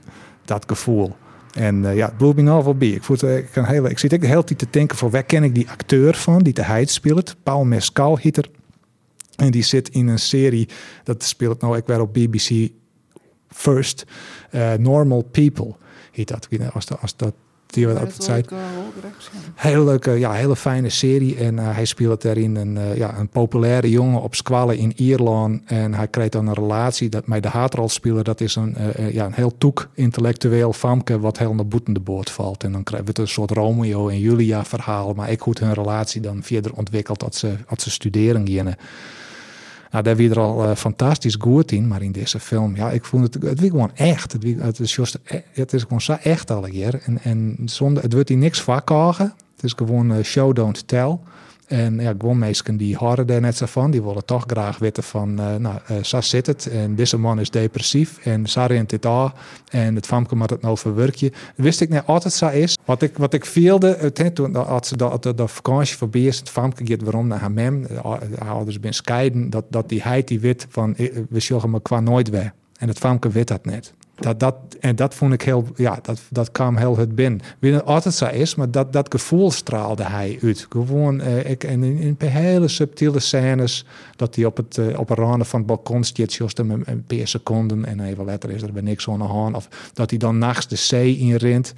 Dat gevoel. En het bloed me nou wel bij. Ik zit ook de hele tijd te denken van waar ken ik die acteur van die de Heid speelt. Paul Mescal heet er. En die zit in een serie, dat speelt nou ik weer op BBC First. Normal People heet dat. Als dat die wat altijd zei. Hele leuke, hele fijne serie. En hij speelt daarin een populaire jongen op squallen in Ierland. En hij krijgt dan een relatie dat met de haartrolspeler. Dat is een heel toek intellectueel famke wat heel naar boeten de boord valt. En dan krijgen we een soort Romeo en Julia verhaal. Maar ik hoe hun relatie dan verder ontwikkelt als ze studeren gingen. Nou, daar wie er al fantastisch goed in, maar in deze film, ik vond het wie gewoon echt. Het is gewoon zo echt alle keer. En zonder, het wordt hier niks verkogen. Het is gewoon show, don't tell. En gewoon mensen die horen daar net zo van. Die willen toch graag weten van, zo zit het. En deze man is depressief. En zo rent dit aan. En het famke moet het nou verwerken. Wist ik niet altijd zo is. Wat ik voelde, toen als de vakantie voorbij is, het famke gaat waarom naar haar mem. De ouders zijn scheiden. Dat die heid die weet van, we zullen me qua nooit weg. En het famke weet dat net. Dat vond ik heel, dat kwam heel het binnen. Wie het altijd zo is, maar dat gevoel straalde hij uit. Gewoon, en in hele subtiele scènes, dat hij op een rande van het balkon staat, juist een paar seconden, en even later is er bij niks aan de hand. Of dat hij dan nachts de zee inrent.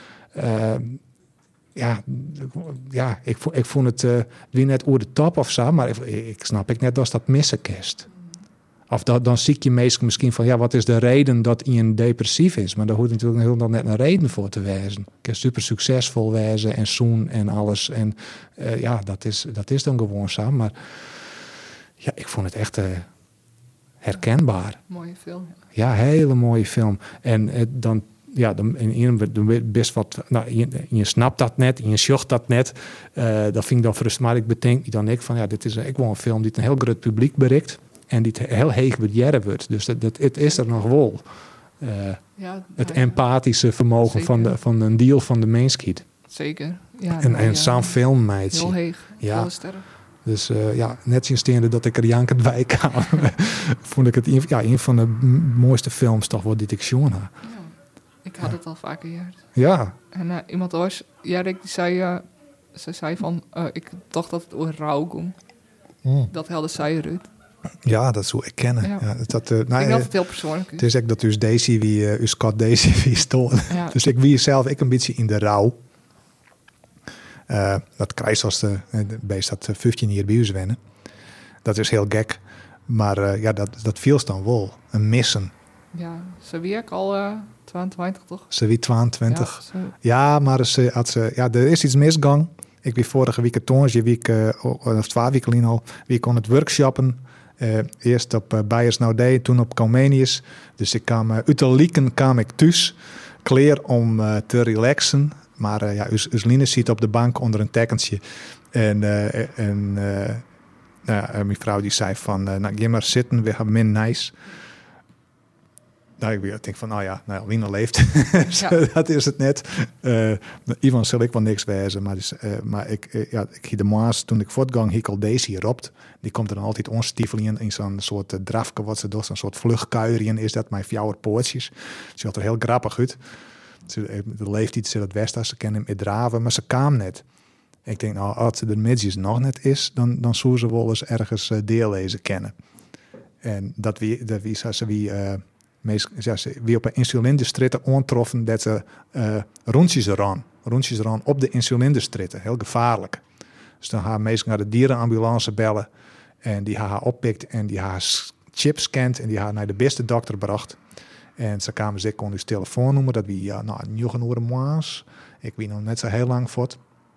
Ik vond het weer net over de top of zo, maar ik snap net dat missen kerst. Of dan zie je meestal misschien van, wat is de reden dat iemand depressief is? Maar daar hoort natuurlijk heel net een reden voor te wijzen. Ik kan super succesvol wijzen en zoen en alles. En dat is dan gewoon zo. Maar ik vond het echt herkenbaar. Mooie film. Ja, hele mooie film. En dan best wat, je snapt dat net, je zocht dat net. Dat vind ik dan frustrerend. Maar ik bedenk dan van, dit is echt wel een film die een heel groot publiek bereikt. En die heel heeg budgetten wordt. Dus het is er nog wel. Het empathische vermogen van een deel van de mensheid. Zeker. Ja, en zo'n film meid. Heel heeg. Ja. Heel sterk. Dus net sinds dat ik er jankend bij kwam, vond ik het een van de mooiste films toch wat die ik gezien heb. Ja, ik had het al vaker gehoord. Ja. En iemand anders, Jarek, die zei, ze zei van, ik dacht dat het over rouw ging. Dat helde zij eruit. Ja, dat zou ik kennen. Ja. Ja, ik denk dat het heel persoonlijk is. Het is echt dat dus Daisy wie Scott Daisy wie stoort. Ja. Dus ik wie zelf een beetje in de rouw. Dat krijgt als de beest dat 15 jaar bij u wennen. Dat is heel gek. Maar dat viel dan wel. Een missen. Ja, ze wie ik al 22 toch? Ze wie 22. Ja, maar er is iets misgang. Ik wie vorige week toonsje, of 2 weken al, wie kon het workshoppen. Eerst op Beiersnauwdij, toen op Comenius. Dus ik kwam uit de Lieken kwam ik thuis, klaar om te relaxen. Maar us Linus zit op de bank onder een tekentje. En mijn vrouw die zei van, ga maar zitten, we hebben min nice. Ik denk van, Lina leeft. Dat is het net. Ivan zal ik wel niks wijzen. Maar ik de maas, toen ik voortgang, hikkel Daisy ropt. Die komt er dan altijd onstiefelen in zo'n soort drafke, wat ze doet. Een soort vluchtkuierien is dat, met fjouwer poortjes. Ze had er heel grappig uit. Ze leeft iets in het westen, ze kennen hem in draven, maar ze kwam net. Ik denk, als ze er midjes nog net is, dan zou ze wel eens ergens deellezen kennen. En dat wie op een insulindestritten aantroffen dat ze rondjes eraan op de insulindestritten. Heel gevaarlijk. Dus dan gaan meestal naar de dierenambulance bellen en die haar oppikt en die haar chip scant en die haar naar de beste dokter bracht. En ze kwamen zich kon dus telefoonnummer, dat wie 9 uur maas. Ik weet nog net zo heel lang voort.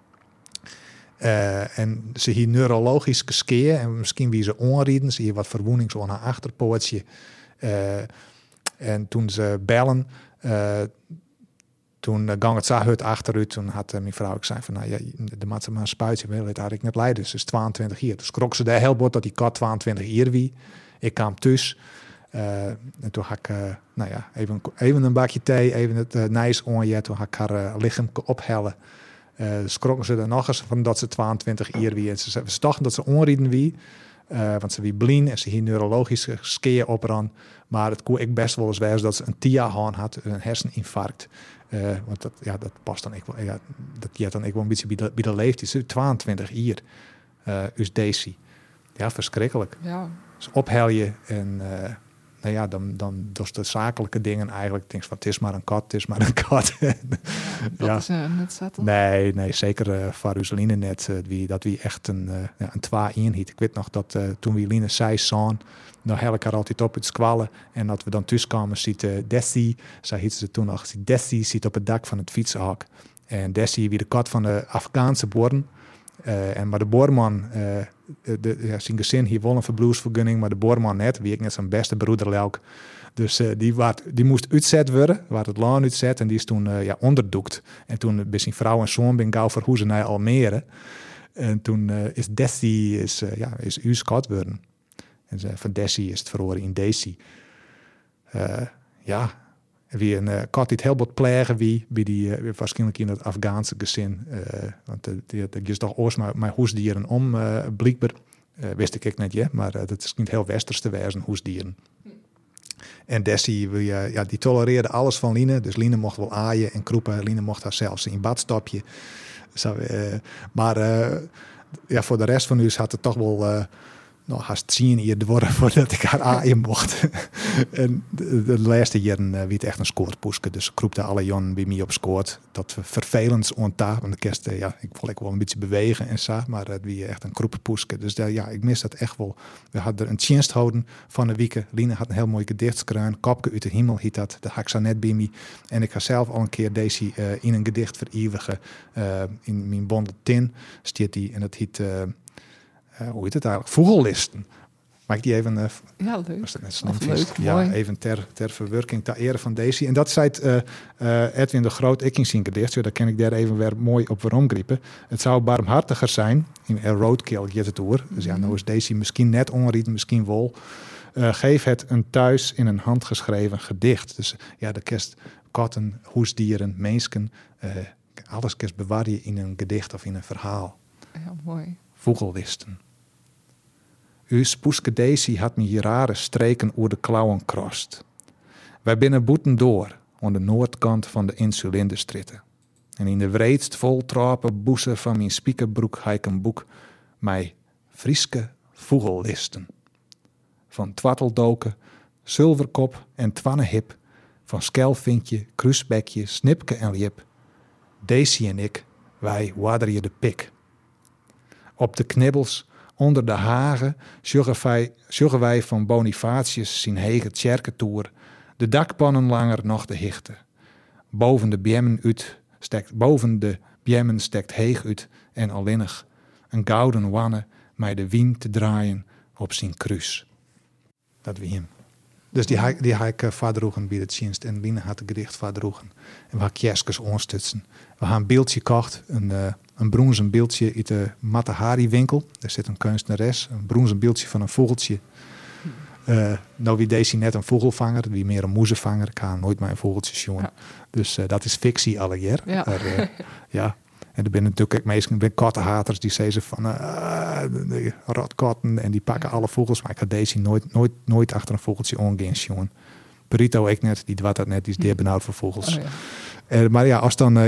En ze hier neurologisch skeer en misschien wie ze onrieden, ze hier wat verwoening zo aan haar achterpootje. En toen ze bellen, toen gang het zo hut achteruit. Toen had mijn vrouw gezegd van, de maat ze maar een spuitje, wil het eigenlijk net leiden. Dus 22 jaar. Dus krok ze daar heel bord dat die kat 22 jaar wie. Ik kwam thuis. En toen had ik even een bakje thee, even het nijs onjet. Toen had ik haar lichaam ophellen. Schrokken ze er nog eens van dat ze 22 jaar wie. En ze dachten dat ze onrieden wie. Want ze wie blien en ze hier neurologische skeer opran. Maar het kon ik best wel eens wezen dat ze een TIA had, een herseninfarct. Want dat past dan ik wel. Ja, dat jet dan ik wel een beetje bij de leeftijd. Ze 22 jaar. Dus Daisy. Ja, verschrikkelijk. Ja. Dus ophel je en dan dus de zakelijke dingen eigenlijk. Denk van, het is maar een kat, het is maar een kat. Dat is net zetten. Nee, zeker Varuseline net. Dat wie echt een 2-1 hiet. Ik weet nog dat toen we Line zei zoon, dan hel ik haar altijd op het squallen. En dat we dan thuis kwamen, ziet Desi, zij hiet ze toen nog, Desi zit op het dak van het fietsenhok. En Desi wie de kat van de Afghaanse boeren. Maar de boorman, zijn gezin hier wel een verbloedsvergunning, maar de boorman net, wie ik net zijn beste broeder Lelk. Dus die moest uitzet worden, waar het laan uitzet. En die is toen onderdoekt. En toen is zijn vrouw en zoon ben gauw verhoezen naar Almere. En toen is Desi is uw kat worden. En van Desi is het verhoren in Daisy. Wie een kat die het heel wat plegen wie die waarschijnlijk in het Afghaanse gezin. Want die is toch oors maar hoesdieren om, blijkbaar. Wist ik net, maar dat is niet heel westers te wijzen, hoesdieren. En Desi, die tolereerde alles van Line. Dus Line mocht wel aaien en kroepen. Line mocht haar zelfs in bad stapje. Voor de rest van u had het toch wel haast 10 jaar worden voordat ik haar aaien mocht. En de laatste jaren wie het echt een scoortpoeske. Dus ik kroepte alle jon bij mij op scoort. Dat vervelend onta. Want de kerst, ik wil wel een beetje bewegen en zo. Maar het wie echt een kroeppoeske. Dus ik mis dat echt wel. We hadden er een tjenst houden van de wieken. Line had een heel mooi gedichtskruin. Kopke uit de hemel hiet dat. Dat had ik zo net bij mij. En ik ga zelf al een keer deze in een gedicht vereeuwigen. In mijn bondel tin stiert die. En dat hiet... hoe heet het eigenlijk? Vogellisten. Maak ik die even... ja, leuk. Was dat net leuk, ja, mooi. even ter verwerking, ter ere van Daisy. En dat zei Edwin de Groot, ik in zijn gedicht. Daar kan ik daar even weer mooi op waarom griepen. Het zou barmhartiger zijn. In roadkill get het door. Dus nou is Daisy misschien net onriet, misschien wel. Geef het een thuis in een handgeschreven gedicht. Dus de kerst, katten, hoesdieren, mensken. Alles kerst bewaar je in een gedicht of in een verhaal. Ja, mooi. Vogelwisten. Uw spoeske Daisy had me hier rare streken oer de klauwen krost. Wij binnen boeten door, aan de noordkant van de Insulinderstritten. En in de wreedst voltrapen boesen van mijn spiekerbroek ha ik een boek, mij Frieske Vogelwisten. Van twatteldoken, zilverkop en twannehip, van skelvinkje, kruisbekje, snipke en lip. Daisy en ik, wij waderje de pik. Op de knibbels, onder de hagen, sjuggen wij van Bonifatius zijn hege tjerketoer, de dakpannen langer nog de hichte. Boven de bjemmen stekt heeg uit en allinnig een gouden wanne mij de wien te draaien op zijn kruis. Dat wie hem. Dus die ha ik vaardroegen bij de tjenst en Line had het gedicht vaardroegen. En we gaan kerskes onstutsen. We gaan een beeldje kocht, een bronzen beeldje uit de Matahari winkel. Daar zit een kunstenares, een bronzen beeldje van een vogeltje. Nou wie Daisy net een vogelvanger, wie meer een moezenvanger. Ik ga nooit maar een vogeltje zien. Ja. Dus dat is fictie alle jaar. Ja. Ja. En er zijn natuurlijk ook meestal kattenhaters die zeggen van rotkatten en die pakken alle vogels. Maar ik ga Daisy nooit achter een vogeltje ongaan, jongen. Perito ik net, die doet dat net, die is deer benauwd voor vogels. Oh, ja. Maar ja, als dan,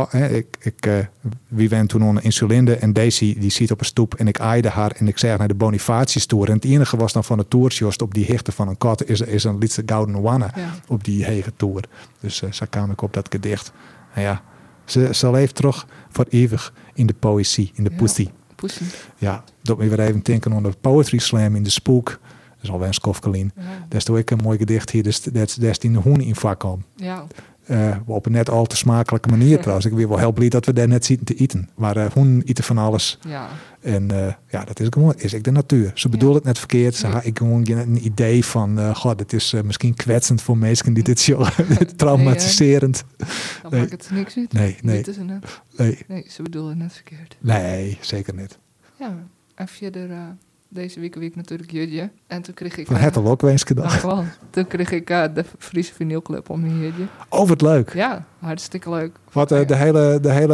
wie went toen onder Insulinde en Daisy die ziet op een stoep en ik aaide haar en ik zeg naar de Bonifatius-toer. En het enige was dan van de toersjost op die hichte van een kat is een lietse gouden wanne op die hege toer. Dus zo kwam ik op dat gedicht. En ja, ze leeft terug voor eeuwig in de poëzie, in de poesie. Ja, dat we weer even denken aan de Poetry Slam in de Spook. Dat is alweer een skofkelien. Ja. Daar is toch ook een mooi gedicht hier, dus dat is in de hoen in vak komen. Ja. Op een net al te smakelijke manier trouwens. Ik ben wel heel blij dat we daar net zitten te eten. Maar hoen eten van alles. Ja. En dat is gewoon, is ik de natuur. Ze bedoelt het net verkeerd. Ze ik gewoon een idee van, god, het is misschien kwetsend voor mensen die dit zo traumatiserend. Dan maakt het niks uit. Nee, ze bedoelen het net verkeerd. Nee, zeker niet. Ja, en verder... Deze week natuurlijk Judje. En toen kreeg ik... Van het al ook eens gedacht. Toen kreeg ik de Friese vinylclub om mijn Judje. Oh, wat leuk. Ja, hartstikke leuk. Wat,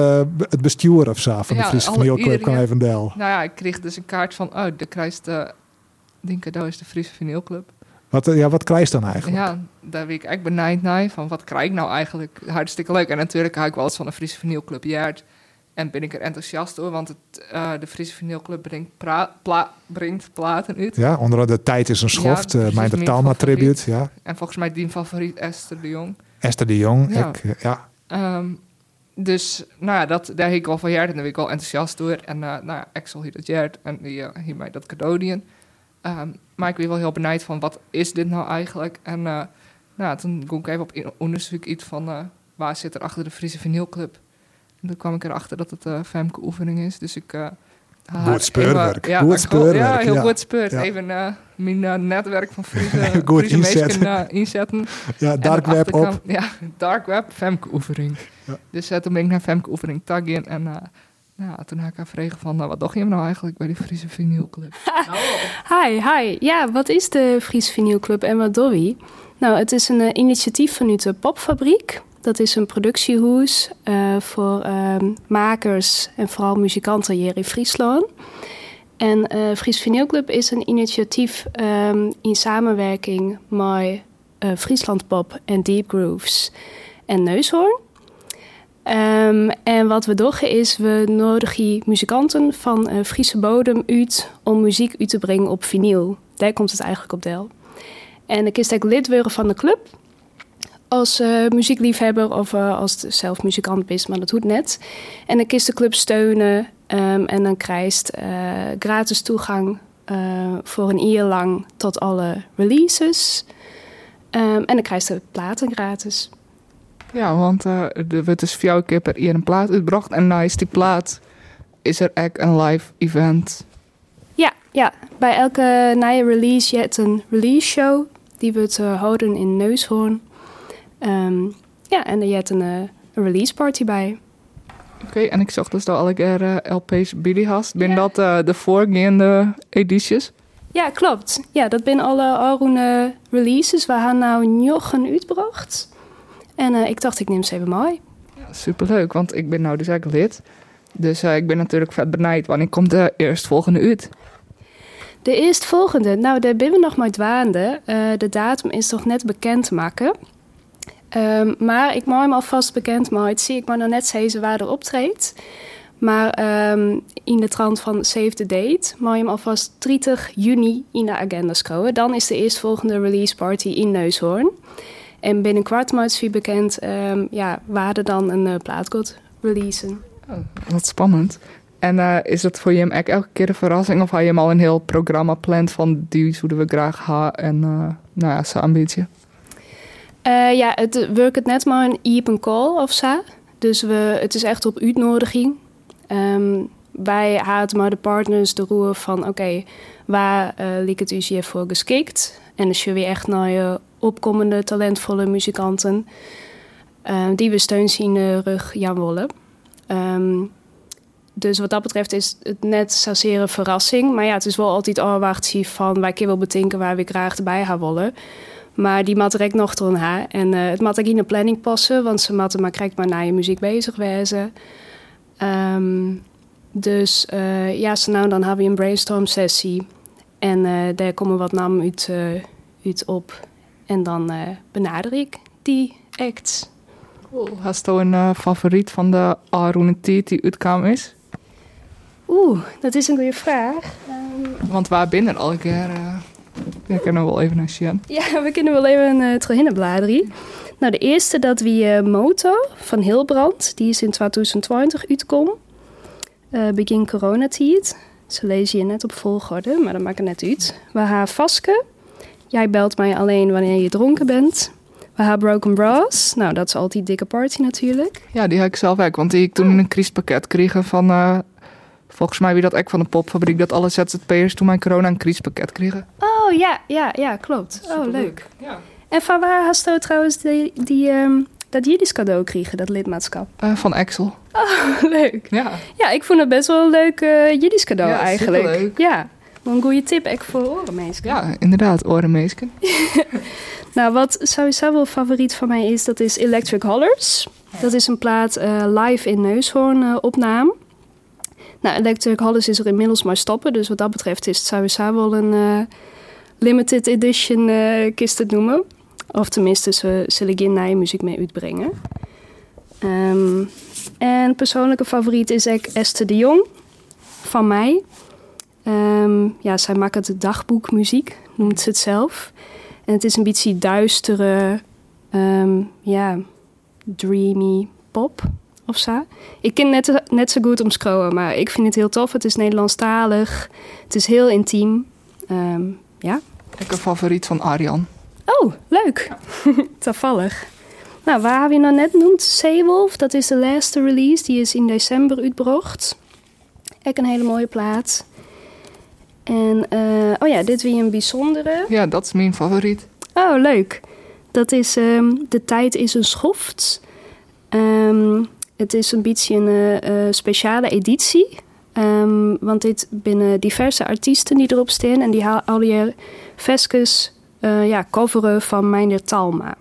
het bestuur of zo van de Friese vinylclub kwam even deel. Nou ja, ik kreeg dus een kaart van... Oh, daar krijgt die cadeau is de Friese Vinylclub. Wat krijg je dan eigenlijk? Ja, daar ben ik echt benijd naar. Van wat krijg ik nou eigenlijk? Hartstikke leuk. En natuurlijk heb ik wel eens van de Friese Vinylclub jaard. En ben ik er enthousiast door. Want de Friese Vinylclub brengt platen uit. Ja, onder de tijd is een schoft. Ja, mijn de Talma-tribute. Ja. En volgens mij die favoriet Esther de Jong. Esther de Jong. Ja. Dus, daar heb ik wel van jaar. En daar ben ik wel enthousiast door. En Axel hier dat jaar. En die hier mij dat cadeaudien. Maar ik ben wel heel benijd van wat is dit nou eigenlijk? En toen ging ik even op onderzoek iets van waar zit er achter de Friese Vinylclub. En toen kwam ik erachter dat het Femke Oefening is. Dus ik goed speurwerk. Ja, goed speurwerk. Ja, heel goed speurt. Ja. Even mijn netwerk van Friese inzetten. Inzetten. Ja, dark web op. Ja, dark web, Femke Oefening. Ja. Dus toen ben ik naar Femke Oefening tag in en toen heb ik haar vregen van, wat doe je nou eigenlijk bij die Friese Vinylclub? Hi. Ja, wat is de Friese Vinylclub en wat doe je? Nou, het is een initiatief vanuit de Popfabriek. Dat is een productiehuis voor makers en vooral muzikanten hier in Friesland. En Friese Vinylclub is een initiatief in samenwerking met Friesland Pop en Deep Grooves en Neushoorn. En wat we doen is, we nodigen muzikanten van Friese bodem uit om muziek uit te brengen op vinyl. Daar komt het eigenlijk op deel. En dan kies ik lid worden van de club als muziekliefhebber of als je zelf muzikant bent, maar dat hoeft net. En dan kies de club steunen en dan krijg je gratis toegang voor een jaar lang tot alle releases. En dan krijg je de platen gratis. Ja, want er wordt dus 4 keer per jaar een plaat uitgebracht. En naast die plaat is er echt een live event. Ja. Bij elke nieuwe release je hebt een release show. Die wordt houden in Neushoorn. En dan je hebt een release party bij. Oké, en ik zag dus dat alle keer LP's bij had. Ben dat de voorgaande edities? Ja, klopt. Ja, dat zijn alle Aroen releases. We hebben nou nog een uitgebracht. En ik dacht, ik neem ze even mee. Ja, superleuk, want ik ben nou dus eigenlijk lid. Dus ik ben natuurlijk vet benijd. Wanneer komt de eerstvolgende uit? De eerstvolgende? Nou, daar zijn we nog maar dwaande. De datum is nog net bekend te maken. Maar ik mag hem alvast bekend maken. Zie ik maar nog net zeggen waar er optreedt. Maar in de trant van Save the Date mag je hem alvast 30 juni in de agenda schouwen. Dan is de eerstvolgende release party in Neushoorn. En binnenkort maakt het bekend waar er dan een plaat gaat releasen. Oh, wat spannend. En is het voor je hem echt elke keer een verrassing? Of had je hem al een heel programma gepland van die zouden we graag gaan? En zo'n beetje. Het werkt net maar een open call of zo. Dus het is echt op uitnodiging. Wij hadden maar de partners de roer van oké, waar ligt het u voor geschikt? En als je weer echt naar je opkomende, talentvolle muzikanten die we steun zien in de rug Jan Wolle. Dus wat dat betreft is het net zozeer een verrassing. Maar ja, het is wel altijd afwachtie van wij kunnen wel bedenken waar we graag erbij gaan willen. Maar die moet direct nog door haar. En het moet ook in de planning passen, want ze moeten maar krijgt maar naar je muziek bezig wezen. Dus dan hebben we een brainstorm sessie. En daar komen wat namen uit op. En dan benader ik die acts. Cool. Hast je een favoriet van de Aroen Tiet die uitkwam is? Dat is een goede vraag. Want waar binnen al een keer? Daar kunnen we wel even naar zien. Ja, we kunnen wel even terug bladeren. Nou, de eerste dat we Moto van Hilbrand. Die is in 2020 uitgekomen. Begin coronatijd. Ze lezen je net op volgorde, maar dat maakt het net uit. We hebben Vaske. Jij belt mij alleen wanneer je dronken bent. We hebben Broken Bros. Nou, dat is altijd dikke party natuurlijk. Ja, die heb ik zelf ook. Want die ik toen een krispakket kreeg van... volgens mij wie dat ook van de Popfabriek. Dat alle ZZP'ers toen mijn corona een krispakket kregen. Oh, ja, klopt. Superleuk. Leuk. Ja. En van waar hast je trouwens dat Jiddisch cadeau kregen, dat lidmaatschap? Van Axel. Oh, leuk. Ja, ik vond het best wel een leuk Jiddisch cadeau eigenlijk. Superleuk. Ja, een goede tip echt voor orenmeesken. Ja, inderdaad, orenmeesken. Nou, wat sowieso wel favoriet van mij is, dat is Electric Hollers. Dat is een plaat live in Neushoorn opname. Nou, Electric Hollers is er inmiddels maar stoppen, dus wat dat betreft is het sowieso wel limited edition kist het noemen. Of tenminste, ze zullen geen nieuwe muziek mee uitbrengen. En persoonlijke favoriet is ook Esther de Jong van mij. Zij maakt het dagboekmuziek, noemt ze het zelf. En het is een beetje duistere, dreamy pop of zo. Ik ken net zo goed omschreeuwen, maar ik vind het heel tof. Het is Nederlandstalig, het is heel intiem. Ik een favoriet van Arjan. Oh, leuk. Toevallig. Nou, waar hebben we nou net genoemd? Seewolf, dat is de laatste release. Die is in december uitgebracht. Echt een hele mooie plaat. En, dit weer een bijzondere. Ja, dat is mijn favoriet. Oh, leuk. Dat is De Tijd is een Schoft. Het is een beetje een speciale editie. Want dit binnen diverse artiesten die erop staan. En die halen al die vestjes coveren van Meijner Talma.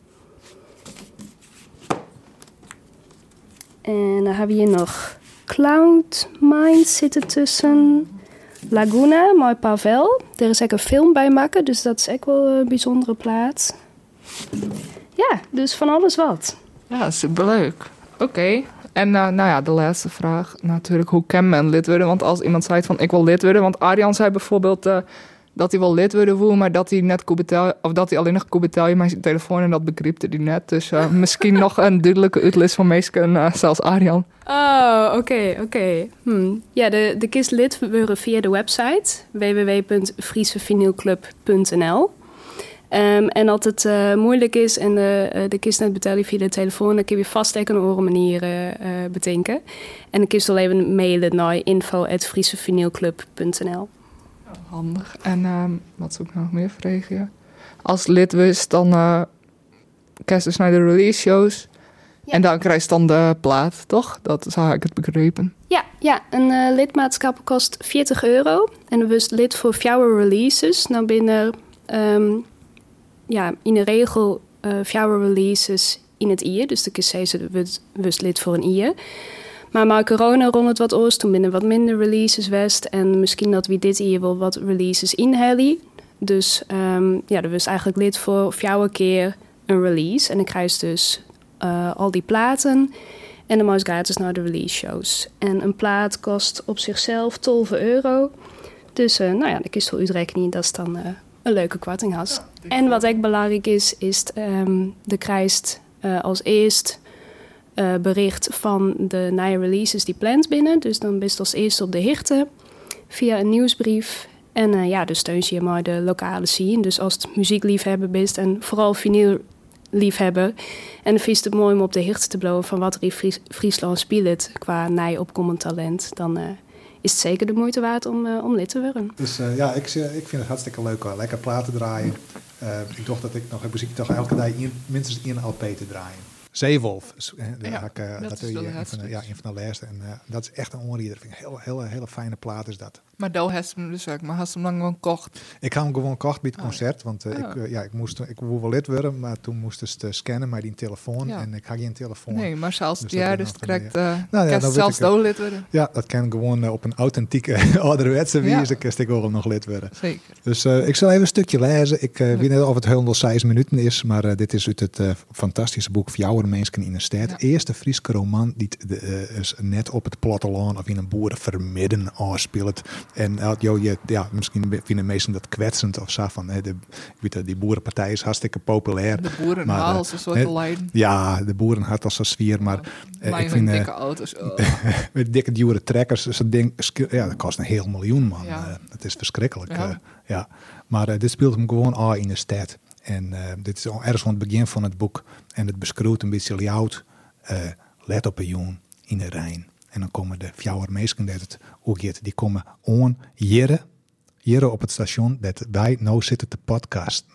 En dan hebben we hier nog Cloud Mind zitten tussen. Laguna, mooi Pavel. Er is ook een film bij maken, dus dat is ook wel een bijzondere plaat. Ja, dus van alles wat. Ja, superleuk. Oké. En de laatste vraag natuurlijk, hoe kan men lid worden? Want als iemand zei van ik wil lid worden, want Arjan zei bijvoorbeeld dat hij wel lid worden wil, maar dat hij net kon betalen, of dat hij alleen nog kon betalen met zijn telefoon en dat begreep hij net. Dus misschien nog een duidelijke uitleg van meesken, zelfs Arjan. Oh, oké. Ja, de kist lid worden via de website www.friesevinylclub.nl. En als het moeilijk is en de kist net betalen via de telefoon, dan kun je vast ook een andere manier bedenken. En dan kun je al even mailen naar info@friesevinylclub.nl. Handig. En wat zou ik nog meer vragen? Als lid was, dan krijg je dus naar de release shows. Ja. En dan krijg je dan de plaat, toch? Dat zou ik het begrepen. Ja, een lidmaatschap kost €40. En dan was lid voor 4 releases. Nou binnen in de regel 4 releases in het jaar. Dus de KC was lid voor een jaar. Maar met corona rond het wat oors, toen binnen wat minder releases west. En misschien dat we dit jaar wel wat releases inhalen. Dus er was eigenlijk lid voor 4 keer een release. En dan krijg je dus al die platen. En dan mag je gratis naar de release shows. En een plaat kost op zichzelf €12. Dus de kist voor uitrekening, dat is dan een leuke kwartinghas. Ja, en wat ook belangrijk is de krijgt als eerst bericht van de nieuwe releases die plant binnen. Dus dan ben je als eerste op de hichte via een nieuwsbrief. En dus steun je maar de lokale scene. Dus als het muziekliefhebber bent en vooral vinyl-liefhebber. En dan vind je het mooi om op de hichte te blowen van wat er in Friesland speelt qua nieuw opkomend talent. Dan is het zeker de moeite waard om lid te worden. Dus ik vind het hartstikke leuk. Lekker platen draaien. Ik dacht dat ik nog heb muziek toch elke dag minstens 1 LP te draaien. Zeewolf. Dat is een van de laatste. En dat is echt een onrieder. Ik vind hele fijne plaat is dat. Maar daar hast hem dus ook. Maar hast hem dan gewoon kocht? Ik had hem gewoon kocht bij het concert. Want ik wou wel lid worden. Maar toen moesten ze scannen met die telefoon. Ja. En ik had geen telefoon. Nee, maar zelfs dus dus krijgt zelfs daar lid worden. Ja, dat kan gewoon op een authentieke ouderwetse wijze. Kan ik wel nog lid worden. Zeker. Dus ik zal even een stukje lezen. Ik weet niet of het 106 minuten is. Maar dit is uit het fantastische boek Fjouwer Mensen in een stad. Ja. Eerste Frieske roman die is net op het platteland of in een boerenvermidden afspeelt. En misschien vinden mensen dat kwetsend of zo. Van, die boerenpartij is hartstikke populair. De boerenhaal is een soort lijden. Ja, de boerenhart als een sfeer. Maar ik vind dikke auto's. Met dikke dure trekkers. Dus dat ding, dat kost een heel miljoen, man. Ja. Het is verschrikkelijk. Ja. Maar dit speelt hem gewoon af in de stad. En dit is ergens van het begin van het boek. En het beschreeuwt een beetje laut. Let op een jongen in de Rijn. En dan komen de 4 mensen dat het ook gaat. Die komen aan hier op het station dat wij nou zitten te podcasten.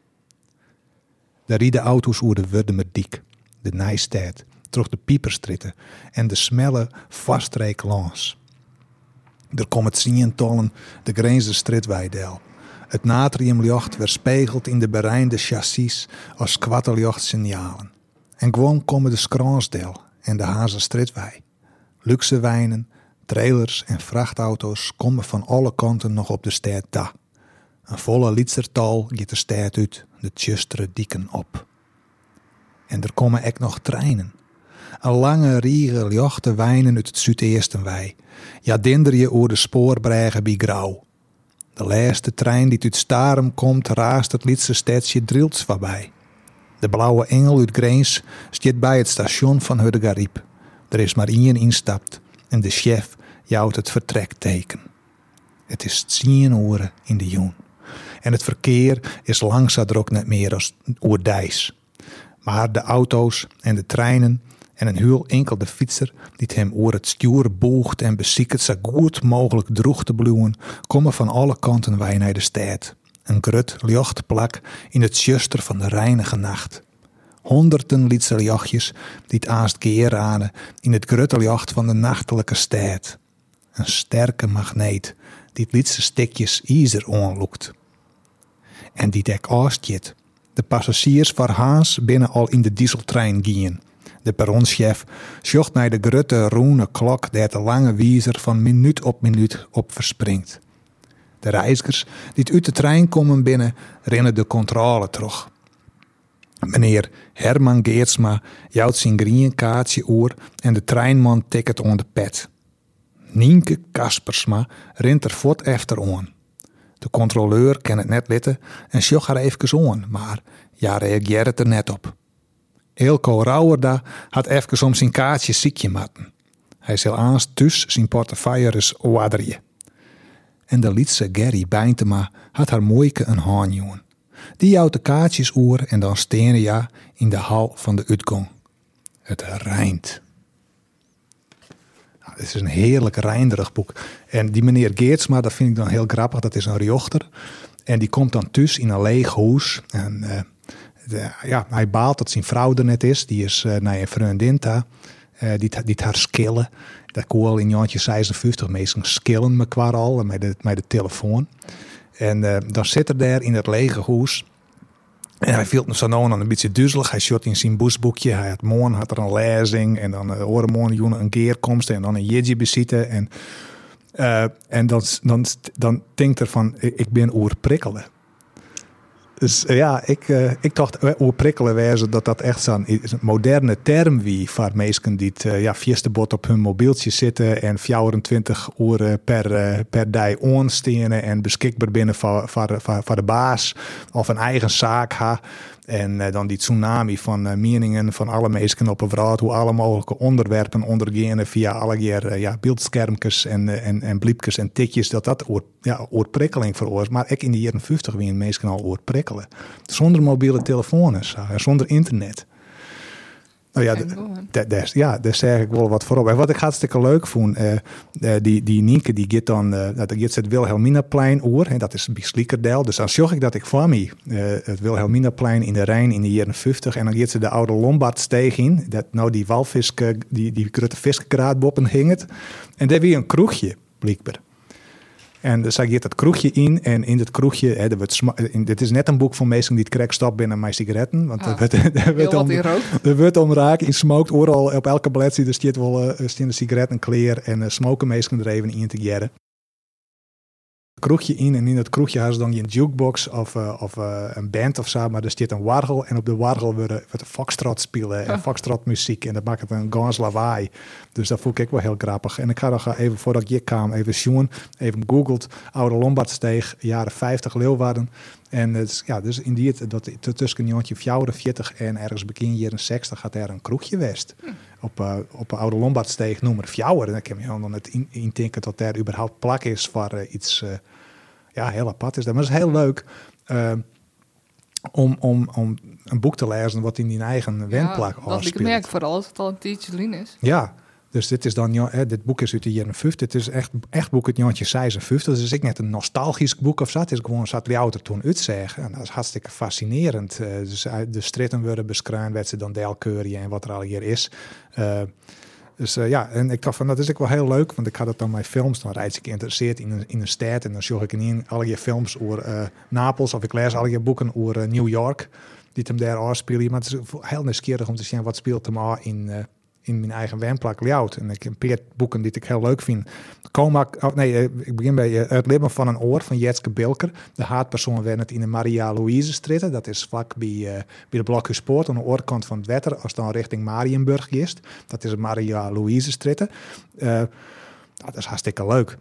Daar rieden auto's over de Wurdemerdiek, de Nijstad, terug de Pieperstritten en de smelle vastreek langs. Er komen het zientollen de Grijnse Stritwijdel. Het natriumlicht weerspiegelt in de bereinde chassis als kwatterlicht signalen. En gewoon komen de Skransdel en de Hazenstritwij. Luxe wijnen, trailers en vrachtauto's komen van alle kanten nog op de stad. Een volle lietsertal giet de stad uit, de tjustere dieken op. En er komen ek nog treinen. Een lange riege ljochte wijnen uit het zuidestenwei. Ja, dinder je oer de spoorbregen bij Grauw. De laatste trein die uit Starum komt, raast het lietse stadje Drilts voorbij. De blauwe engel uit Greens stiet bij het station van Hudegariep. Er is maar één instapt en de chef jouwt het vertrekteken. Het is 10 uur in de joen. En het verkeer is langzaam ook net meer als oerdijs. Maar de auto's en de treinen en een heel enkel de fietser die hem oor het stuur boegt en beziekert zo goed mogelijk droeg te bluwen, komen van alle kanten wij naar de stad. Een grut lichtplak in het zuster van de reinige nacht. Honderden lietse ljochtjes die het aast keer raden in het grutte licht van de nachtelijke stad. Een sterke magneet die het lietse stikjes ijzer aanloekt. En die dek aastjet. De passagiers van Haas binnen al in de dieseltrein gingen. De perronchef zocht naar de grutte roene klok der de lange wiezer van minuut op verspringt. De reizigers die uit de trein komen binnen rennen de controle terug. Meneer Herman Geertsma jouwt zijn greenkaartje oer en de treinman ticket aan de pet. Nienke Kaspersma rent er voort efter aan. De controleur kan het net weten en sjoch haar even aan, maar ja reageert het er net op. Eelco Rauwerda had even om zijn kaartje ziekje matten. Hij zal aanst thuis zijn portefeuille eens oadrien. En de lietse Gerry Bijntema had haar mooike een haanjoen. Die jouwt de kaartjes oer en dan stenen ja in de hal van de uitgang. Het rijnt. Nou, het is een heerlijk rijnderig boek. En die meneer Geertsma, dat vind ik dan heel grappig, dat is een rjochter. En die komt dan thuis in een leeg huis. En hij baalt dat zijn vrouw er net is. Die is naar een vriendin daar. Die haar skillen. Dat kon al in jantje 56 meestal skillen me qua al met de telefoon. En dan zit er daar in het lege huis. En hij viel zo nou een beetje duizelig. Hij shot in zijn boesboekje. Hij had morgen had er een lezing. En dan hoorde morgen een keerkomst. En dan een jeetje bezitten. En dan denkt er van, ik ben oerprikkelen. Dus ik dacht oerprikkelen wijze dat echt zo'n moderne term wie voor mensen die het bot op hun mobieltje zitten en 24 uur per dag onstenen en beschikbaar binnen voor de baas of een eigen zaak ha. En dan die tsunami van meningen van alle mensen op een wereld, hoe alle mogelijke onderwerpen ondergaan via alle beeldschermpjes en bliepjes en tikjes, dat oorprikkeling veroorzaakt. Maar ik in de jaren 50 wie mensen al oorprikkelen. Zonder mobiele telefoons, zonder internet. Nou ja, daar zeg ik wel wat voor op. En wat ik hartstikke leuk vond, die Nienke die gaat dan, dat gaat het Wilhelminaplein oer, en dat is een Sliekerdel. Dus dan zorg ik dat ik voor mij het Wilhelminaplein in de Rijn in de jaren 50 en dan gaat ze de oude Lombardsteeg in, dat nou die walviske, die grote viskraatboppen hinget. En daar weer een kroegje, blijkbaar. En dus hij gaat dat kroegje in en in dat kroegje, dit is net een boek van mensen die het krek stap binnen mijn sigaretten. Want er wordt om raak in smoked overal op elke bladzijde staat wel een sigaretten kleer en smoken mensen er even in te gerren. Kroegje in en in dat kroegje hebben ze dan een jukebox of een band of zo, maar er staat een wargel en op de wargel wordt een foxtrot spelen en foxtrot muziek en dat maakt het een gans lawaai. Dus dat vond ik wel heel grappig. En ik ga nog even voordat ik hier kwam even zien, even googeld, oude Lombardsteeg, jaren 50 Leeuwarden. En dus in die dat tussen jantje 40 en ergens begin jaren 60 gaat er een kroegje west. Op de oude Lombardsteeg nummer 4. En dan kan je dan het intinken dat er überhaupt plak is voor iets heel apart is. Maar het is heel leuk om een boek te lezen wat in die eigen wendplak afspeelt. Dat ik merk vooral als het al een tijdje lien is. Ja. Dus dit is dan, dit boek is uit de jaren 50. Het is echt boek uit jantje 56. Dus ik net een nostalgisch boek of zo. Het is gewoon zat die ouder toen uitzeggen. En dat is hartstikke fascinerend. Dus de stritten worden beschreven, werd ze dan deelkeuren en wat er al hier is. En ik dacht van, dat is ook wel heel leuk, want ik had het dan mijn films, dan rijd ik geïnteresseerd in een stad en dan zoek ik in alle je films over Napels of ik lees alle je boeken over New York, die hem daar afspelen. Maar het is heel nieuwsgierig om te zien wat speelt hem aan in mijn eigen woonplek ljouwt. En ik heb een paar boeken die ik heel leuk vind. Ik begin bij Het Libben van een Oor van Jetske Bilker. De haatpersoon werkt in de Maria Louise Straat. Dat is vlak bij de Blokhuispoort aan de oorkant van het Wetter. Als het dan richting Marienburg is. Dat is de Maria Louise Straat. Dat is hartstikke leuk.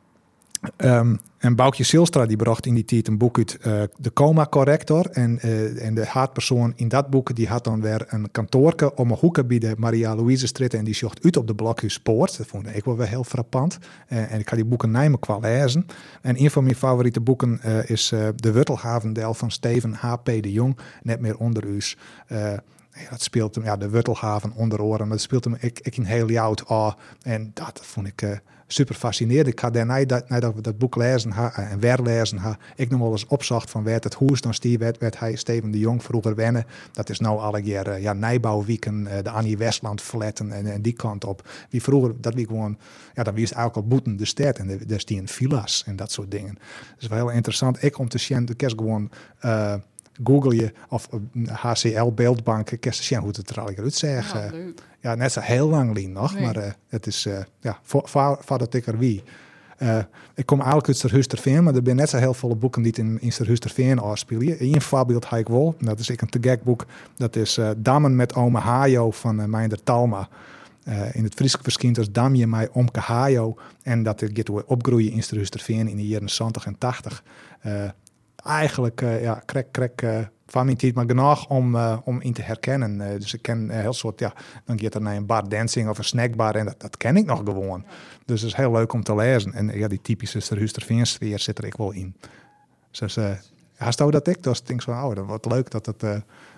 En Boukje Silstra die bracht in die tijd een boek uit De Coma Corrector. En de haatpersoon in dat boek die had dan weer een kantoorke om een hoeken bij de Maria Louise Straat. En die zocht uit op de Blokhuispoort. Dat vond ik wel weer heel frappant. En ik ga die boeken nijmen qua lezen. En een van mijn favoriete boeken is De Wurtelhavendel van Steven H.P. de Jong. Net meer onder u's. Dat speelt hem, de Wurtelhaven onder oren. Dat speelt hem ik in heel oud. En dat vond ik super fascinerend. Ik had daarna, nadat we dat boek lezen en weer lezen, ik nog wel eens opzocht van werd het hoes dan werd hij Steven de Jong vroeger wennen. Dat is nou alle keer Nijbouwwieken, de Annie Westland flatten en die kant op. Wie vroeger, dat wie gewoon, dan wie is eigenlijk al boeten de stad en daar staan villa's en dat soort dingen. Dat is wel heel interessant. Ik om te zien, de kerst gewoon Google je of HCL beeldbank, kerst te zien hoe het er al uitzegt. Ja, net zo heel lang lien nog, nee. Maar het is voordat ik er wie. Ik kom eigenlijk uit Serhuisterveen, maar er zijn net zo heel veel boeken die in Serhuisterveen afspelen. Eén voorbeeld heb ik wel, dat is een te gek boek. Dat is Dammen met Ome Hajo van Meinder Talma. In het Fries verschijnt als Damje mij Omke Hajo. En dat gaat weer opgroeien in Serhuisterveen in de jaren 70 en 80. Eigenlijk, krek van mijn tijd, maar genoeg om in te herkennen. Dus ik ken een heel soort, dan gaat er naar een bar dancing of een snackbar en dat ken ik nog gewoon. Dus het is heel leuk om te lezen. En die typische Serhuisterveen-sfeer zit er ik wel in. Dus haast ook dat ik, dus denk van, dat wordt leuk dat het...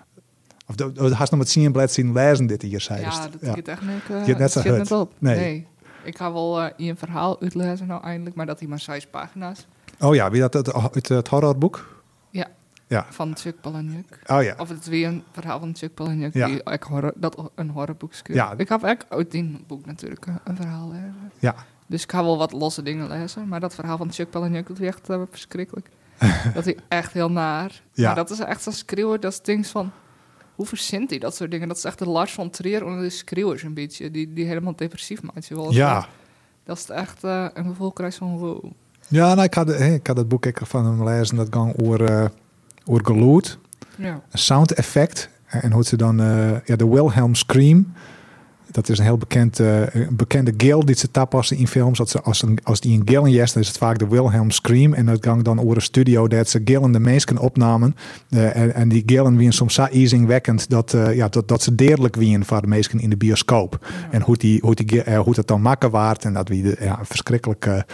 of haast nog wat zien bladzijden lezen dit hier, zei. Ja, dat gaat echt net zo net op. Nee. Ik ga wel een verhaal uitlezen nou eindelijk, maar dat hij maar 6 pagina's. Oh ja, wie dat uit het horrorboek? Ja, van Chuck Palahniuk. Oh ja. Of het is weer een verhaal van Chuck Palahniuk, dat een horrorboek schreef. Ja. Ik heb ook uit die boek natuurlijk een verhaal lezen. Ja. Dus ik ga wel wat losse dingen lezen, maar dat verhaal van Chuck Palahniuk, dat is echt verschrikkelijk. Dat is echt heel naar. Ja. Maar dat is echt zo'n schreeuwer, dat is ding van... Hoe verzint hij dat soort dingen? Dat is echt de Lars von Trier onder de schreeuwers een beetje, die helemaal depressief maakt. Ja. Dat is echt een gevoel krijgt van wow. Ja, nou, ik had het boek van hem lezen, dat ging over geluid, een sound effect. En hoe ze dan, de Wilhelm Scream. Dat is een heel bekende gil die ze tapassen in films. Als die een gillen jest, dan is het vaak de Wilhelm Scream. En dat ging dan over een studio dat ze gillende mensen opnamen. En die gillen wien soms zo ijzingwekkend dat ze deerlijk wien voor de mensen in de bioscoop. Ja. En hoe dat dan makken waard. En dat wie een verschrikkelijke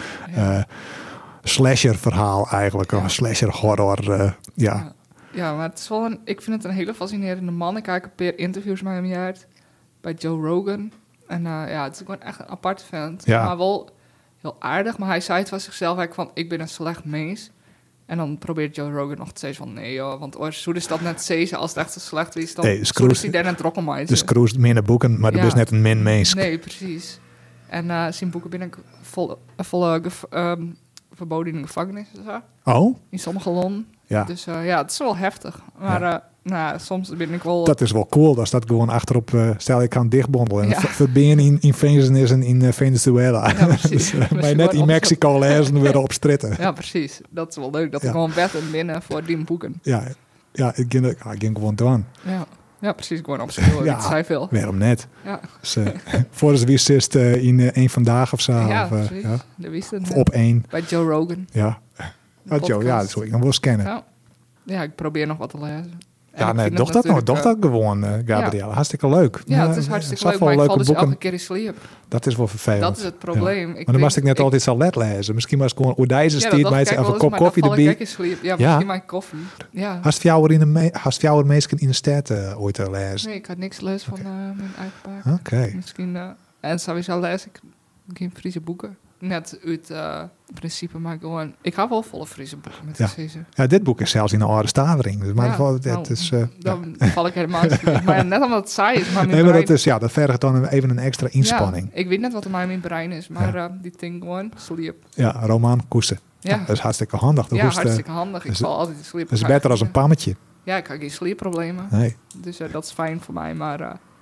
slasher verhaal eigenlijk. Of slasher horror. Ja, maar het is wel ik vind het een hele fascinerende man. Ik kijk een paar interviews met hem uit. Bij Joe Rogan. En het is gewoon echt een apart vent. Ja. Maar wel heel aardig. Maar hij zei het van zichzelf eigenlijk van... ik ben een slecht mens. En dan probeert Joe Rogan nog te zeggen van... nee joh, want hoe is dat net zezen als het echt zo slecht is... dan is hij daar een trokkelmeid. Dus cruise minder boeken, maar dat is net een min mens. Nee, precies. En zijn boeken ben ik volle verboden in de gevangenis. Zo. Oh? In sommige landen. Ja. Dus het is wel heftig. Maar... soms ben ik wel... Dat is wel cool, als dat gewoon achterop... stel, je kan dichtbondelen. En verbenen in Venezuela en in Venezuela. Ja, precies. Maar net in Mexico lezen weer op stritten. Ja, precies. Dat is wel leuk. Dat er gewoon bed en binnen voor die boeken. Ja, ik ging gewoon doen. Ja, precies. Gewoon opschrijven. Dat zei veel. Waarom net? Ja. Dus, voor de wist is in één vandaag of zo. Ja, precies. Of op 1. Bij Joe Rogan. Ja. Joe, dat zou ik nog wel scannen. Ja, ik probeer nog wat te lezen. Ja, nee, doch dat gewoon, Gabrielle. Ja. Hartstikke leuk. Ja, het is hartstikke leuk, maar ik val dus elke keer in slaap. Dat is wel vervelend. Dat is het probleem. Ja. Maar dan was ik net altijd zo let lezen. Misschien was het gewoon Oudijzen stiet mij even een kop koffie erbij. Ja, misschien mijn koffie. Ja. Hast jou meestal in de stad ooit lezen? Nee, ik had niks lezen van mijn eigen paak. Oké. Misschien, en sowieso lees ik geen Friese boeken. Net uit principe, maar gewoon... Ik ga wel volle Friese boeken met lezen. Ja, dit boek is zelfs in een oude stavering. Dus maar dan val ik helemaal niet. Maar net omdat het saai is. Maar maar dat vergt dan even een extra inspanning. Ja, ik weet net wat er in mijn brein is, maar die ding gewoon sleep. Ja, Roman Koesen. Ja. Dat is hartstikke handig. Hartstikke handig. Ik val altijd sleep. Dat is beter als een pammetje. Ja, ik heb geen sleepproblemen. Nee. Dus dat is fijn voor mij, maar...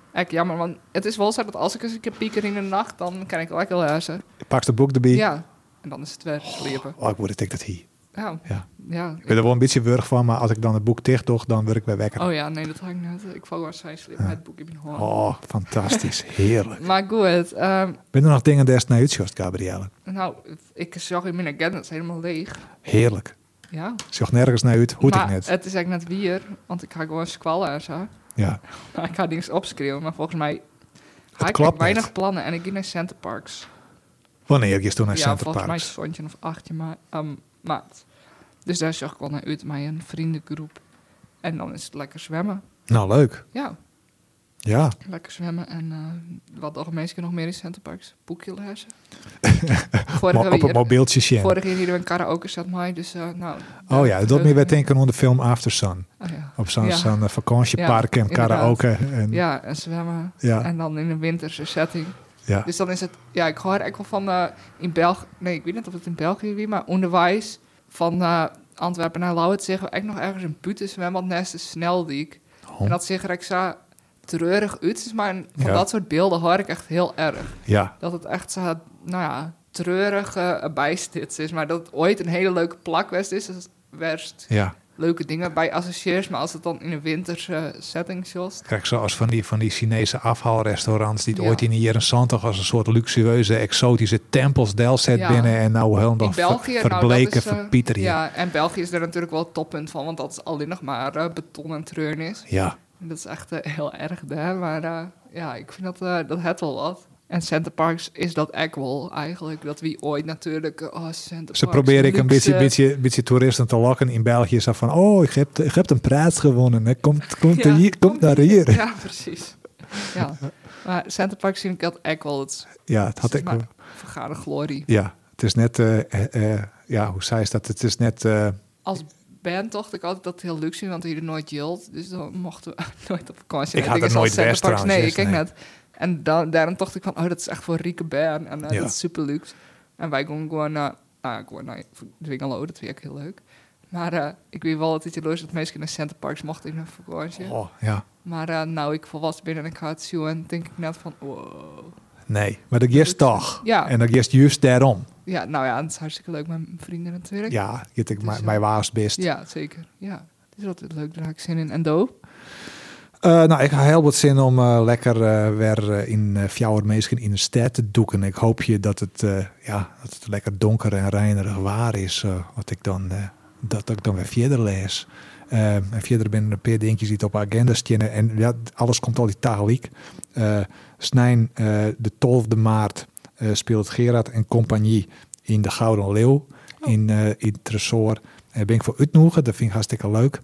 Echt jammer, want het is wel zo dat als ik eens een keer pieker in de nacht, dan kan ik lekker lezen. Je pakt het boek erbij. Ja, en dan is het weer sliepen. Oh, ik word het dat hier. Ja. Ik ben er wel een beetje wurg van, maar als ik dan het boek dicht doe, dan word ik weer wekker. Oh ja, nee, dat ga ik net. Ik val waarschijnlijk sliepen met het boek in mijn hoorn. Oh, fantastisch. Heerlijk. Maar goed, Ben er nog dingen des naar uitzocht, Gabrielle? nou, ik zag in mijn agenda, het is helemaal leeg. Heerlijk. Ja. Zocht nergens naar uit, hoe Maar ik net. het is eigenlijk net weer, want ik ga gewoon squallen en zo. Ja. Ik ga dingen opschreeuwen, maar volgens mij ga ik klopt weinig net. plannen en ik ga naar Center Parks. Wanneer je toen naar Ja, Center volgens mij Parks? is het of 18 maart. Dus daar zag ik wel naar uit met een vriendengroep. En dan is het lekker zwemmen. Nou, leuk. Ja, Ja. lekker zwemmen. En wat nog mensen nog meer in Center Parks? Boekje lezen. Op een mobieltje zien. Vorige keer hier een karaoke zat mij, dus nou... Oh ja, dat meer bij denken aan de film After Sun. Oh, ja. Op zo'n Ja. vakantiepark Ja, en karaoke. En, Ja, en zwemmen. Ja. En dan in een winterse setting. ja. Dus dan is het... Ja, ik hoor echt wel van in België... Nee, ik weet niet of het in België was, maar onderwijs van Antwerpen naar Lauwert zeggen we echt nog ergens een pute zwembad naast de Sneldiek. Oh. En dat zegt er zo treurig uit. Maar van Ja. dat soort beelden hoor ik echt heel erg. Ja. Dat het echt zo, nou ja, treurig bijstits is. Maar dat het ooit een hele leuke plakwest is. Dat werst Ja. leuke dingen bij associeers. Maar als het dan in een winterse setting zoals... Krijg zoals van die Chinese afhaalrestaurants die het Ja. ooit in de jaren 70 als een soort luxueuze, exotische tempels delzet Ja. binnen en nou helemaal In België, verbleken, dat is, verpieteren. ja, en België is er natuurlijk wel het toppunt van, want dat is alleen nog maar beton en treurnis. Ja. En dat is echt heel erg daar, maar ja, ik vind dat het wel wat. En Center Parks is dat echt wel eigenlijk, dat wie ooit natuurlijk, Center Ze Parks, proberen ik een luxe. beetje toeristen te lokken in België. Zo van, oh, ik heb een prijs gewonnen. Hè. Komt Ja, hier, komt naar hier. Ja, precies. Ja, maar Center Parks vind ik dat echt wel het Ja, het had ik. maar vergane glorie. Ja, het is net. Ja, hoe zei ze dat? Het is net. Als band dacht ik altijd dat het heel luxe was, want hier nooit yield. Dus dan mochten we nooit op vakantie. Ik En had dingen er nooit zoals west Center Parks. Nee, trouwens, ik kijk nee. net. En daarom dacht ik van, dat is echt voor rieke band. En Ja. dat is super luxe. En wij gingen gewoon naar Dwingelo, dat vind ik heel leuk. Maar ik weet wel dat het leuk is dat mensen naar Center Parks mochten in een vakantie. Oh, ja. Maar nou ik volwassen ben en ik ga het zien en denk ik net van, wow. Nee, maar dat is toch. Ja. En dat is juist daarom. Ja, nou ja, het is hartstikke leuk met mijn vrienden natuurlijk. Ja, je ik Dus, mij waast best. Ja, zeker. Ja, het is altijd leuk, daar heb ik zin in. En Do? Nou, ik ga heel wat zin om lekker weer in fjouwer misschien in de stad te doeken. Ik hoop je dat het lekker donker en reinerig waar is. Wat ik dan, dat ik dan weer verder lees. En verder binnen een paar dingetjes die het op agenda staan. En ja, alles komt altijd tegelijk. Snijn, de 12e maart speelt Gerard en compagnie in de Gouden Leeuw. In Tresor. Ben ik voor uitnodigen. Dat vind ik hartstikke leuk.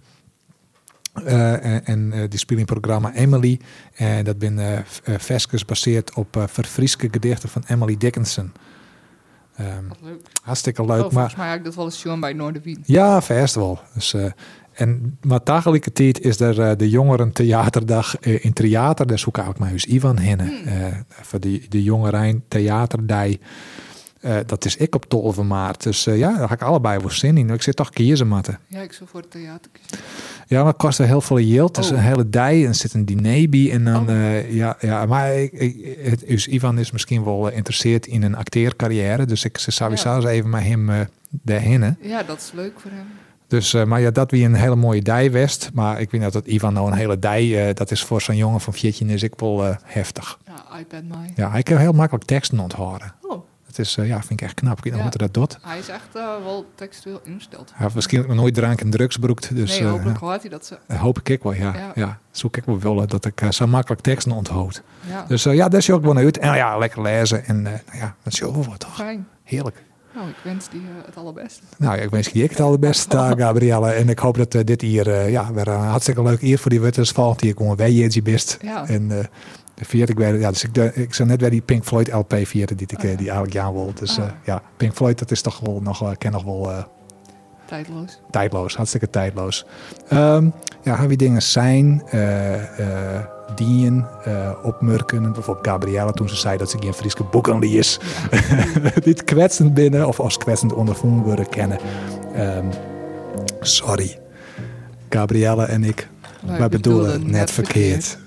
Die spelen in het programma Emily. En dat ben versjes gebaseerd op verfrieske gedichten van Emily Dickinson. Wat leuk. Hartstikke leuk. Volgens maar mij heb ik dat wel eens zien bij Noorderwien. ja, vast wel. Dus, maar tegelijkertijd is er de jongerentheaterdag in theater. Daar zoek ik ook maar eens Ivan heen. Voor de jongerijn theaterdag. Dat is ik op 12 maart. Dus ja, daar ga ik allebei wel zin in. Ik zit toch kiezen matten. Ja, ik zou voor het theater kiezen. Ja, maar het kost heel veel geld. Het is Oh. een hele dij en er zit een diner bij. En dan, maar Ivan is misschien wel geïnteresseerd in een acteercarrière. Dus ik zou eens even met hem daarheen. Ja, dat is leuk voor hem. Dus, maar ja, dat wie een hele mooie dij west. Maar ik weet niet dat Ivan nou een hele dij, dat is voor zo'n jongen van 14 is ik wel heftig. Ja, iPad mij. Ja, hij kan heel makkelijk teksten onthouden. Oh, Het is, vind ik echt knap. Ik weet niet Ja. hoe hij dat doet. hij is echt wel textueel ingesteld. Hij heeft waarschijnlijk nog nooit drank en drugs gebruikt. Dus Nee, hopelijk hoort hij dat ze... hoop ik wel, ja. Ja. Ja. Zoek ik wel willen dat ik zo makkelijk teksten onthoud. Ja, Dus ja, dat is ook wel uit. En ja, lekker lezen. En dat is ook wat toch. fijn. Heerlijk. Nou, ik wens die het allerbeste. Nou ja, ik wens je het allerbeste, Gabrielle. En ik hoop dat dit hier weer een hartstikke leuk eer voor die Witters valt. Die gewoon wij je best. Ja. En de vierde ik weer, ja, dus ik zou net weer die Pink Floyd LP vieren die eigenlijk ja wil. Dus ja, Pink Floyd, dat is toch wel ken nog wel Tijdloos. tijdloos, hartstikke tijdloos. Ja, wie dingen zijn, dienen, opmerken. Bijvoorbeeld Gabrielle toen ze zei dat ze geen Frieske boeken lees. Niet kwetsend binnen of als kwetsend ondervonden worden kennen. Sorry. Gabrielle en ik, wij bedoelen net verkeerd.